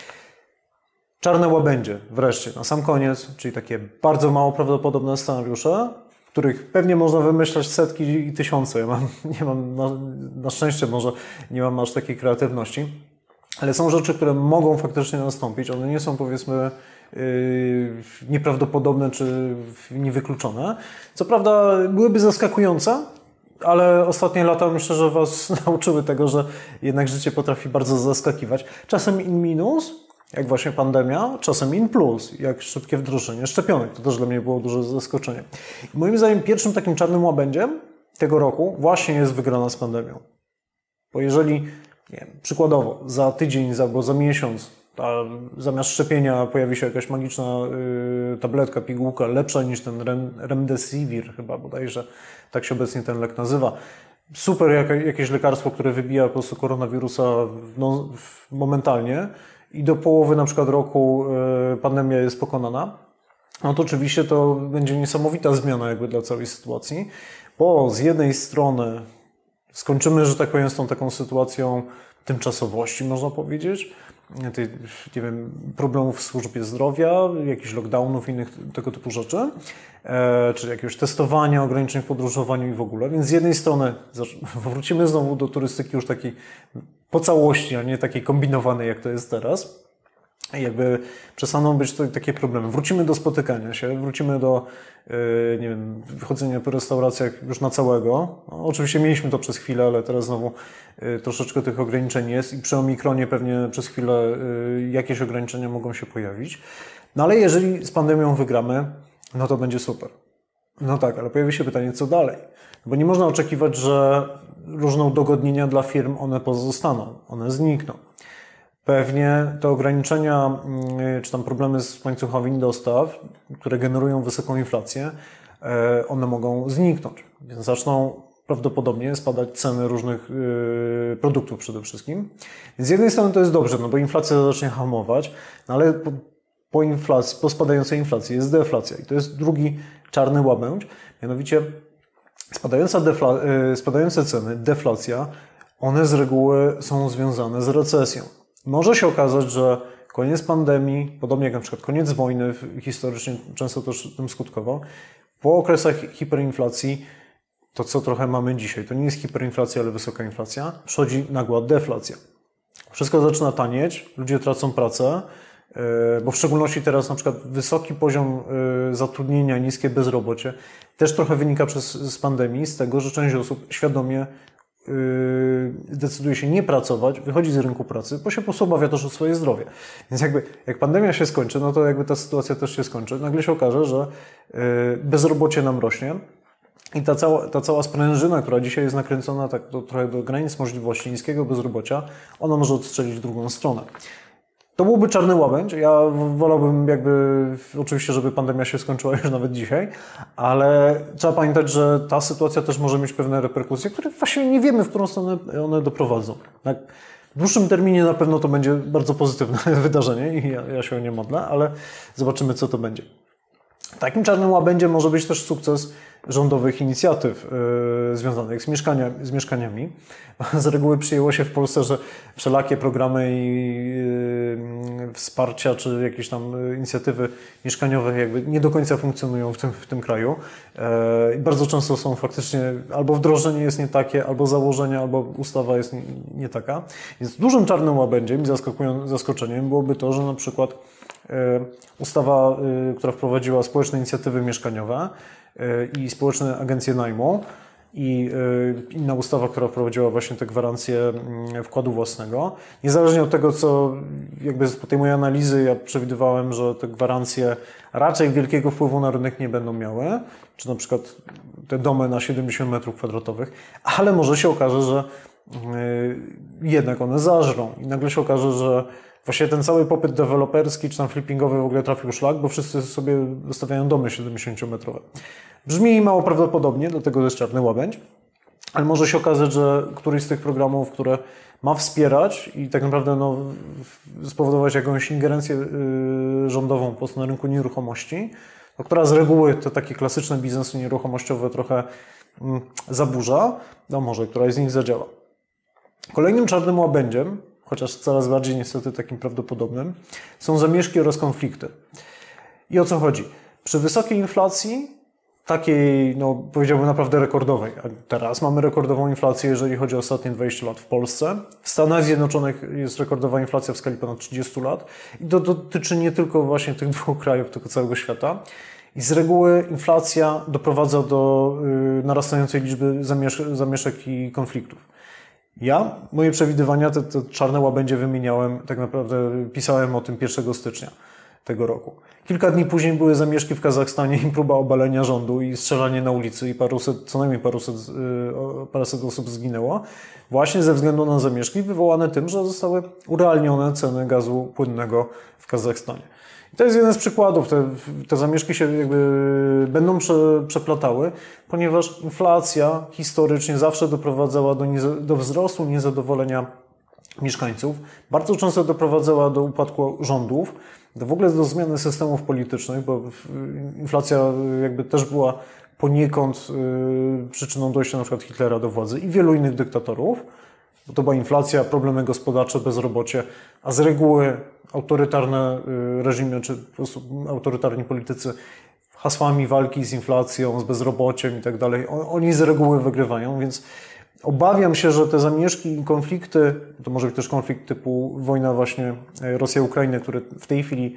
S1: Czarne łabędzie, wreszcie, na sam koniec, czyli takie bardzo mało prawdopodobne scenariusze, których pewnie można wymyślać setki i tysiące. Na szczęście może nie mam aż takiej kreatywności, ale są rzeczy, które mogą faktycznie nastąpić. One nie są, powiedzmy, nieprawdopodobne czy niewykluczone. Co prawda byłyby zaskakujące, ale ostatnie lata myślę, że Was nauczyły tego, że jednak życie potrafi bardzo zaskakiwać. Czasem in minus, jak właśnie pandemia, czasem in plus, jak szybkie wdrożenie szczepionek. To też dla mnie było duże zaskoczenie. I moim zdaniem pierwszym takim czarnym łabędziem tego roku właśnie jest wygrana z pandemią. Bo jeżeli, nie wiem, przykładowo, za tydzień albo za miesiąc zamiast szczepienia pojawi się jakaś magiczna tabletka, pigułka lepsza niż ten Remdesivir chyba bodajże, tak się obecnie ten lek nazywa. Super jakieś lekarstwo, które wybija po prostu koronawirusa momentalnie, i do połowy na przykład roku pandemia jest pokonana, no to oczywiście to będzie niesamowita zmiana jakby dla całej sytuacji, bo z jednej strony skończymy, że tak powiem, z tą taką sytuacją tymczasowości, można powiedzieć, nie wiem, problemów w służbie zdrowia, jakichś lockdownów, innych tego typu rzeczy, czy jakiegoś testowania, ograniczeń w podróżowaniu i w ogóle. Więc z jednej strony wrócimy znowu do turystyki już takiej po całości, a nie takiej kombinowanej, jak to jest teraz. I jakby przestaną być to takie problemy. Wrócimy do spotykania się, wrócimy do, nie wiem, chodzenia po restauracjach już na całego. No, oczywiście mieliśmy to przez chwilę, ale teraz znowu troszeczkę tych ograniczeń jest i przy Omikronie pewnie przez chwilę jakieś ograniczenia mogą się pojawić. No ale jeżeli z pandemią wygramy, no to będzie super. No tak, ale pojawi się pytanie, co dalej? Bo nie można oczekiwać, że różne udogodnienia dla firm, one pozostaną, one znikną. Pewnie te ograniczenia, czy tam problemy z łańcuchami dostaw, które generują wysoką inflację, one mogą zniknąć. Więc zaczną prawdopodobnie spadać ceny różnych produktów przede wszystkim. Więc z jednej strony to jest dobrze, no bo inflacja zacznie hamować, no ale po spadającej inflacji jest deflacja. I to jest drugi czarny łabędź, mianowicie spadające ceny, deflacja, one z reguły są związane z recesją. Może się okazać, że koniec pandemii, podobnie jak na przykład koniec wojny, historycznie często też tym skutkował, po okresach hiperinflacji, to co trochę mamy dzisiaj, to nie jest hiperinflacja, ale wysoka inflacja, przychodzi nagła deflacja. Wszystko zaczyna tanieć, ludzie tracą pracę, bo w szczególności teraz na przykład wysoki poziom zatrudnienia, niskie bezrobocie też trochę wynika z pandemii, z tego, że część osób świadomie decyduje się nie pracować, wychodzi z rynku pracy, bo się po prostu obawia też o swoje zdrowie. Więc jak pandemia się skończy, no to ta sytuacja też się skończy. Nagle się okaże, że bezrobocie nam rośnie i ta cała sprężyna, która dzisiaj jest nakręcona tak trochę do granic możliwości niskiego bezrobocia, ona może odstrzelić w drugą stronę. To byłby czarny łabędź. Ja wolałbym oczywiście, żeby pandemia się skończyła już nawet dzisiaj, ale trzeba pamiętać, że ta sytuacja też może mieć pewne reperkusje, które właśnie nie wiemy, w którą stronę one doprowadzą. Tak? W dłuższym terminie na pewno to będzie bardzo pozytywne wydarzenie i ja się o nie modlę, ale zobaczymy, co to będzie. Takim czarnym łabędziem może być też sukces rządowych inicjatyw związanych z mieszkaniami. Z reguły przyjęło się w Polsce, że wszelakie programy i wsparcia czy jakieś tam inicjatywy mieszkaniowe nie do końca funkcjonują w tym kraju. I bardzo często są faktycznie albo wdrożenie jest nie takie, albo założenie, albo ustawa jest nie taka. Więc dużym czarnym łabędziem i zaskoczeniem byłoby to, że na przykład ustawa, która wprowadziła społeczne inicjatywy mieszkaniowe i społeczne agencje najmu i inna ustawa, która wprowadziła właśnie te gwarancje wkładu własnego. Niezależnie od tego, co po tej mojej analizy ja przewidywałem, że te gwarancje raczej wielkiego wpływu na rynek nie będą miały, czy na przykład te domy na 70 m2, ale może się okaże, że jednak one zażrą i nagle się okaże, że właśnie ten cały popyt deweloperski czy tam flippingowy w ogóle trafił szlak, bo wszyscy sobie dostawiają domy 70-metrowe. Brzmi mało prawdopodobnie, dlatego to jest czarny łabędź, ale może się okazać, że któryś z tych programów, które ma wspierać i tak naprawdę spowodować jakąś ingerencję rządową po prostu na rynku nieruchomości, która z reguły te takie klasyczne biznesy nieruchomościowe trochę zaburza, może któraś z nich zadziała. Kolejnym czarnym łabędziem, chociaż coraz bardziej niestety takim prawdopodobnym, są zamieszki oraz konflikty. I o co chodzi? Przy wysokiej inflacji, takiej, powiedziałbym naprawdę rekordowej, a teraz mamy rekordową inflację, jeżeli chodzi o ostatnie 20 lat w Polsce. W Stanach Zjednoczonych jest rekordowa inflacja w skali ponad 30 lat i to dotyczy nie tylko właśnie tych dwóch krajów, tylko całego świata. I z reguły inflacja doprowadza do narastającej liczby zamieszek i konfliktów. Moje przewidywania, te czarne łabędzie wymieniałem, tak naprawdę pisałem o tym 1 stycznia tego roku. Kilka dni później były zamieszki w Kazachstanie i próba obalenia rządu i strzelanie na ulicy i co najmniej paręset osób zginęło. Właśnie ze względu na zamieszki wywołane tym, że zostały urealnione ceny gazu płynnego w Kazachstanie. I to jest jeden z przykładów. Te zamieszki się będą przeplatały, ponieważ inflacja historycznie zawsze doprowadzała do wzrostu niezadowolenia mieszkańców. Bardzo często doprowadzała do upadku rządów, w ogóle do zmiany systemów politycznych, bo inflacja też była poniekąd przyczyną dojścia na przykład Hitlera do władzy i wielu innych dyktatorów. Bo to była inflacja, problemy gospodarcze, bezrobocie, a z reguły autorytarne reżimy, czy po prostu autorytarni politycy hasłami walki z inflacją, z bezrobociem i tak dalej, oni z reguły wygrywają, więc obawiam się, że te zamieszki i konflikty, to może być też konflikt typu wojna właśnie Rosja-Ukraina, który w tej chwili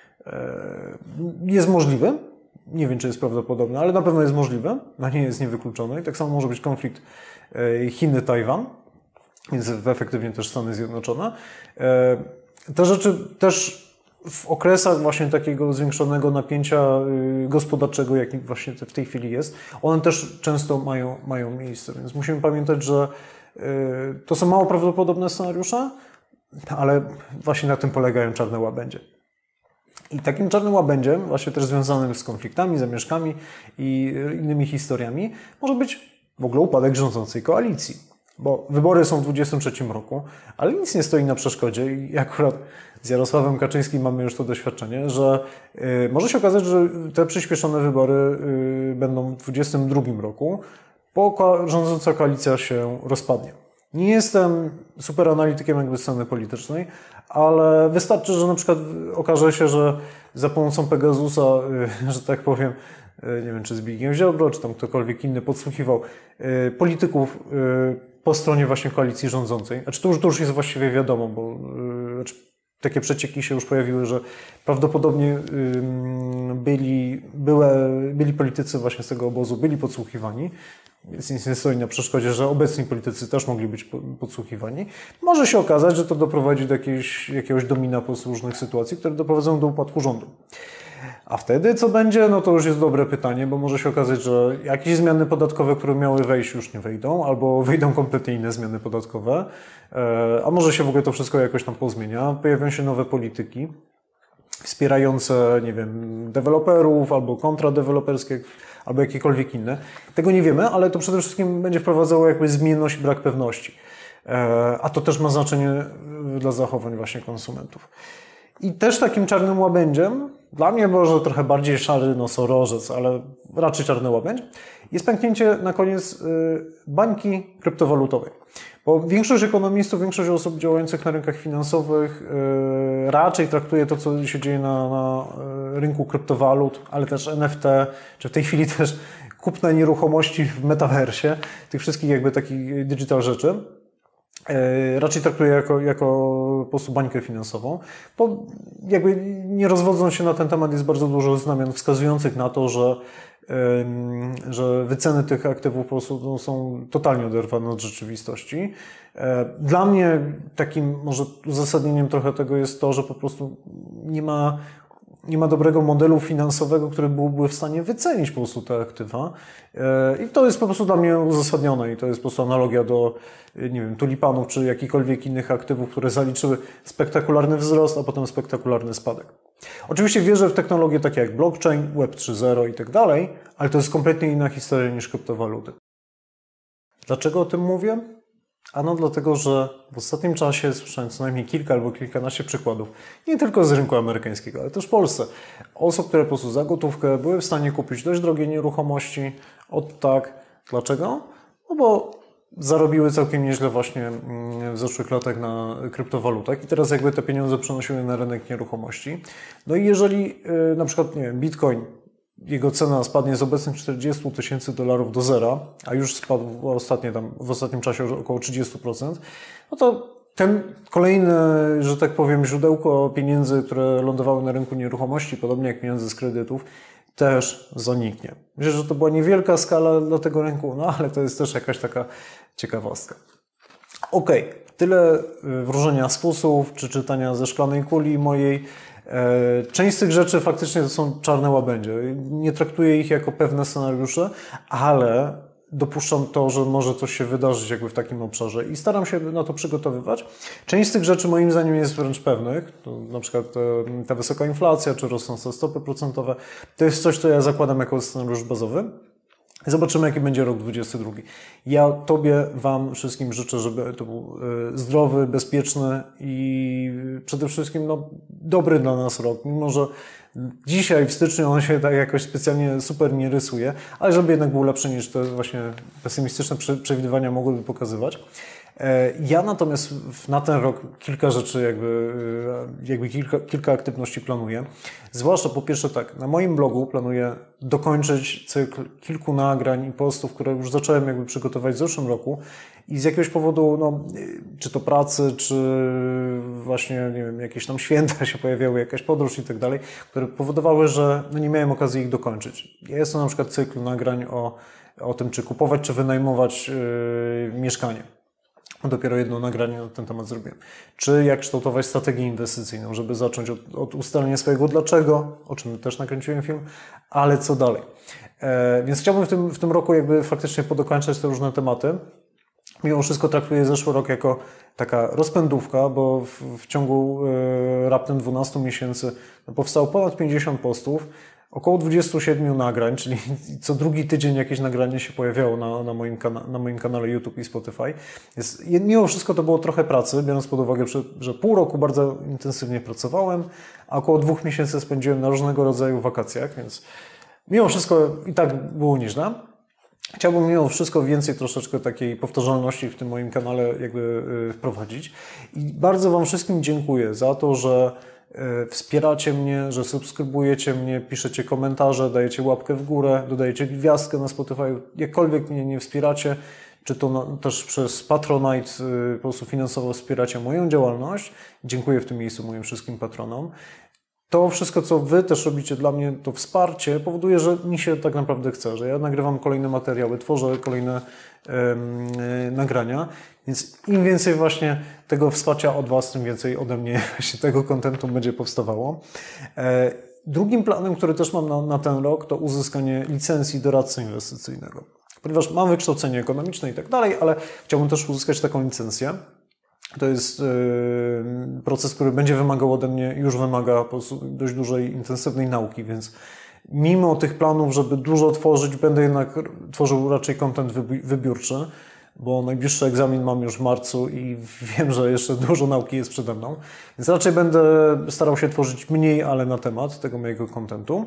S1: jest możliwy, nie wiem, czy jest prawdopodobny, ale na pewno jest możliwy, a nie jest niewykluczony. I tak samo może być konflikt Chiny-Tajwan, więc efektywnie też Stany Zjednoczone. Te rzeczy też w okresach właśnie takiego zwiększonego napięcia gospodarczego, jaki właśnie w tej chwili jest, one też często mają miejsce. Więc musimy pamiętać, że to są mało prawdopodobne scenariusze, ale właśnie na tym polegają czarne łabędzie. I takim czarnym łabędziem, właśnie też związanym z konfliktami, zamieszkami i innymi historiami, może być w ogóle upadek rządzącej koalicji. Bo wybory są w 2023 roku, ale nic nie stoi na przeszkodzie i akurat z Jarosławem Kaczyńskim mamy już to doświadczenie, że może się okazać, że te przyspieszone wybory będą w 2022 roku, bo rządząca koalicja się rozpadnie. Nie jestem super analitykiem sceny politycznej, ale wystarczy, że na przykład okaże się, że za pomocą Pegasusa, że tak powiem, nie wiem, czy Zbigniew Ziobro, czy tam ktokolwiek inny podsłuchiwał polityków po stronie właśnie koalicji rządzącej. Znaczy to już jest właściwie wiadomo, bo takie przecieki się już pojawiły, że prawdopodobnie byli politycy właśnie z tego obozu, byli podsłuchiwani. Więc nic nie stoi na przeszkodzie, że obecni politycy też mogli być podsłuchiwani. Może się okazać, że to doprowadzi do jakiegoś domina różnych sytuacji, które doprowadzą do upadku rządu. A wtedy co będzie? No to już jest dobre pytanie, bo może się okazać, że jakieś zmiany podatkowe, które miały wejść, już nie wejdą, albo wejdą kompletnie inne zmiany podatkowe, a może się w ogóle to wszystko jakoś tam pozmienia. Pojawią się nowe polityki wspierające, nie wiem, deweloperów, albo kontradeweloperskie, albo jakiekolwiek inne. Tego nie wiemy, ale to przede wszystkim będzie wprowadzało jakby zmienność i brak pewności. A to też ma znaczenie dla zachowań właśnie konsumentów. I też takim czarnym łabędziem, dla mnie może trochę bardziej szary nosorożec, ale raczej czarny łabędź, jest pęknięcie na koniec bańki kryptowalutowej. Bo większość ekonomistów, większość osób działających na rynkach finansowych raczej traktuje to, co się dzieje na rynku kryptowalut, ale też NFT, czy w tej chwili też kupna nieruchomości w metaversie, tych wszystkich jakby takich digital rzeczy, raczej traktuje jako po prostu bańkę finansową, bo jakby nie rozwodzą się na ten temat, jest bardzo dużo znamion wskazujących na to, że wyceny tych aktywów po prostu są totalnie oderwane od rzeczywistości. Dla mnie takim może uzasadnieniem trochę tego jest to, że po prostu nie ma dobrego modelu finansowego, który byłby w stanie wycenić po prostu te aktywa. I to jest po prostu dla mnie uzasadnione i to jest po prostu analogia do, nie wiem, tulipanów czy jakichkolwiek innych aktywów, które zaliczyły spektakularny wzrost, a potem spektakularny spadek. Oczywiście wierzę w technologie takie jak blockchain, Web 3.0 i tak dalej, ale to jest kompletnie inna historia niż kryptowaluty. Dlaczego o tym mówię? Ano dlatego, że w ostatnim czasie słyszałem co najmniej kilka albo kilkanaście przykładów, nie tylko z rynku amerykańskiego, ale też w Polsce, osób, które po prostu za gotówkę były w stanie kupić dość drogie nieruchomości od tak. Dlaczego? No bo zarobiły całkiem nieźle właśnie w zeszłych latach na kryptowalutach i teraz jakby te pieniądze przenosiły na rynek nieruchomości. No i jeżeli na przykład, nie wiem, Bitcoin, jego cena spadnie z obecnych $40,000 do zera, a już spadł ostatnio w ostatnim czasie około 30%, no to ten kolejny, że tak powiem, źródełko pieniędzy, które lądowały na rynku nieruchomości, podobnie jak pieniądze z kredytów, też zaniknie. Myślę, że to była niewielka skala dla tego rynku, no ale to jest też jakaś taka ciekawostka. Okej, tyle wróżenia z fusów, czy czytania ze szklanej kuli mojej. Część z tych rzeczy faktycznie to są czarne łabędzie. Nie traktuję ich jako pewne scenariusze, ale dopuszczam to, że może coś się wydarzyć jakby w takim obszarze i staram się na to przygotowywać. Część z tych rzeczy moim zdaniem jest wręcz pewnych, to na przykład ta wysoka inflacja czy rosnące stopy procentowe, to jest coś, co ja zakładam jako scenariusz bazowy. Zobaczymy, jaki będzie rok 2022. Ja Tobie, Wam wszystkim życzę, żeby to był zdrowy, bezpieczny i przede wszystkim dobry dla nas rok. Mimo że dzisiaj w styczniu on się tak jakoś specjalnie super nie rysuje, ale żeby jednak był lepszy niż te właśnie pesymistyczne przewidywania mogłyby pokazywać. Ja natomiast na ten rok kilka rzeczy, kilka aktywności planuję. Zwłaszcza po pierwsze tak, na moim blogu planuję dokończyć cykl kilku nagrań i postów, które już zacząłem przygotować w zeszłym roku i z jakiegoś powodu, czy to pracy, czy właśnie, nie wiem, jakieś tam święta się pojawiały, jakaś podróż i tak dalej, które powodowały, że nie miałem okazji ich dokończyć. Jest to na przykład cykl nagrań o tym, czy kupować, czy wynajmować mieszkanie. Dopiero jedno nagranie na ten temat zrobiłem. Czy jak kształtować strategię inwestycyjną, żeby zacząć od ustalenia swojego dlaczego, o czym też nakręciłem film, ale co dalej. Więc chciałbym w tym roku faktycznie podokończać te różne tematy. Mimo wszystko traktuję zeszły rok jako taka rozpędówka, bo w ciągu raptem 12 miesięcy powstało ponad 50 postów, około 27 nagrań, czyli co drugi tydzień jakieś nagranie się pojawiało na moim kanale YouTube i Spotify. Mimo wszystko to było trochę pracy, biorąc pod uwagę, że pół roku bardzo intensywnie pracowałem, a około 2 miesięcy spędziłem na różnego rodzaju wakacjach, więc mimo wszystko i tak było nieźle. Chciałbym mimo wszystko więcej troszeczkę takiej powtarzalności w tym moim kanale wprowadzić. I bardzo Wam wszystkim dziękuję za to, że wspieracie mnie, że subskrybujecie mnie, piszecie komentarze, dajecie łapkę w górę, dodajecie gwiazdkę na Spotify, jakkolwiek mnie nie wspieracie, czy to też przez Patronite po prostu finansowo wspieracie moją działalność. Dziękuję w tym miejscu moim wszystkim patronom. To wszystko, co Wy też robicie dla mnie, to wsparcie powoduje, że mi się tak naprawdę chce, że ja nagrywam kolejne materiały, tworzę kolejne nagrania, więc im więcej właśnie tego wsparcia od Was, tym więcej ode mnie właśnie tego kontentu będzie powstawało. Drugim planem, który też mam na ten rok, to uzyskanie licencji doradcy inwestycyjnego. Ponieważ mam wykształcenie ekonomiczne i tak dalej, ale chciałbym też uzyskać taką licencję. To jest proces, który będzie wymagał ode mnie, już wymaga po prostu dość dużej, intensywnej nauki, więc mimo tych planów, żeby dużo tworzyć, będę jednak tworzył raczej content wybiórczy, bo najbliższy egzamin mam już w marcu i wiem, że jeszcze dużo nauki jest przede mną. Więc raczej będę starał się tworzyć mniej, ale na temat tego mojego contentu.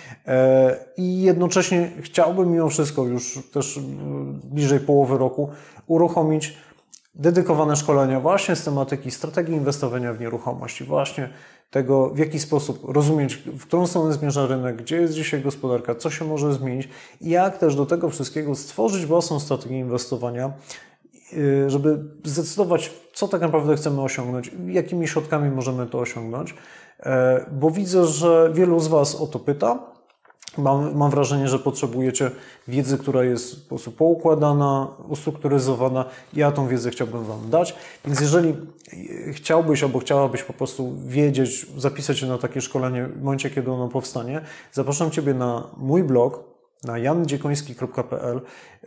S1: I jednocześnie chciałbym mimo wszystko już też bliżej połowy roku uruchomić dedykowane szkolenia właśnie z tematyki strategii inwestowania w nieruchomości, właśnie tego, w jaki sposób rozumieć, w którą stronę zmierza rynek, gdzie jest dzisiaj gospodarka, co się może zmienić i jak też do tego wszystkiego stworzyć własną strategię inwestowania, żeby zdecydować, co tak naprawdę chcemy osiągnąć, jakimi środkami możemy to osiągnąć, bo widzę, że wielu z Was o to pyta. Mam wrażenie, że potrzebujecie wiedzy, która jest po prostu poukładana, ustrukturyzowana. Ja tą wiedzę chciałbym Wam dać. Więc jeżeli chciałbyś albo chciałabyś po prostu wiedzieć, zapisać się na takie szkolenie w momencie, kiedy ono powstanie, zapraszam Ciebie na mój blog, na jandziekoński.pl,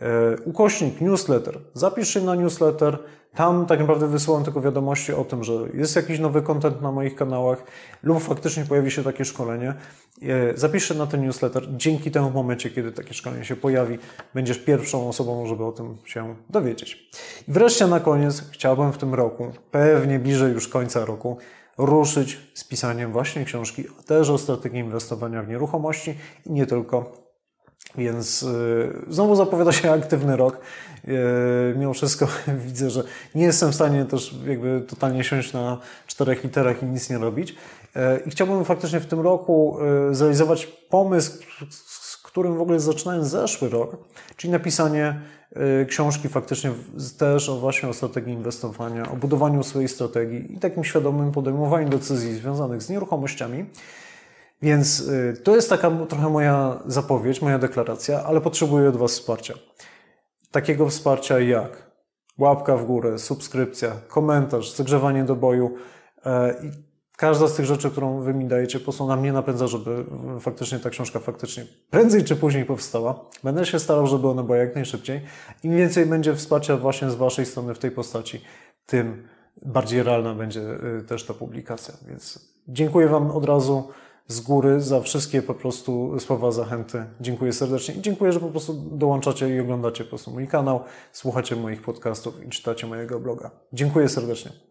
S1: /newsletter. Zapisz się na newsletter. Tam tak naprawdę wysyłam tylko wiadomości o tym, że jest jakiś nowy content na moich kanałach lub faktycznie pojawi się takie szkolenie. Zapisz się na ten newsletter. Dzięki temu momencie, kiedy takie szkolenie się pojawi, będziesz pierwszą osobą, żeby o tym się dowiedzieć. I wreszcie na koniec chciałbym w tym roku, pewnie bliżej już końca roku, ruszyć z pisaniem właśnie książki też o strategii inwestowania w nieruchomości i nie tylko. Więc znowu zapowiada się aktywny rok. Mimo wszystko widzę, że nie jestem w stanie też jakby totalnie siąść na 4 literach i nic nie robić. I chciałbym faktycznie w tym roku zrealizować pomysł, z którym w ogóle zaczynałem zeszły rok, czyli napisanie książki faktycznie też właśnie o strategii inwestowania, o budowaniu swojej strategii i takim świadomym podejmowaniu decyzji związanych z nieruchomościami. Więc to jest taka trochę moja zapowiedź, moja deklaracja, ale potrzebuję od Was wsparcia. Takiego wsparcia jak łapka w górę, subskrypcja, komentarz, zagrzewanie do boju i każda z tych rzeczy, którą Wy mi dajecie, po prostu na mnie napędza, żeby faktycznie ta książka prędzej czy później powstała. Będę się starał, żeby ona była jak najszybciej. Im więcej będzie wsparcia właśnie z Waszej strony w tej postaci, tym bardziej realna będzie też ta publikacja. Więc dziękuję Wam od razu z góry za wszystkie po prostu słowa zachęty. Dziękuję serdecznie i dziękuję, że po prostu dołączacie i oglądacie po prostu mój kanał, słuchacie moich podcastów i czytacie mojego bloga. Dziękuję serdecznie.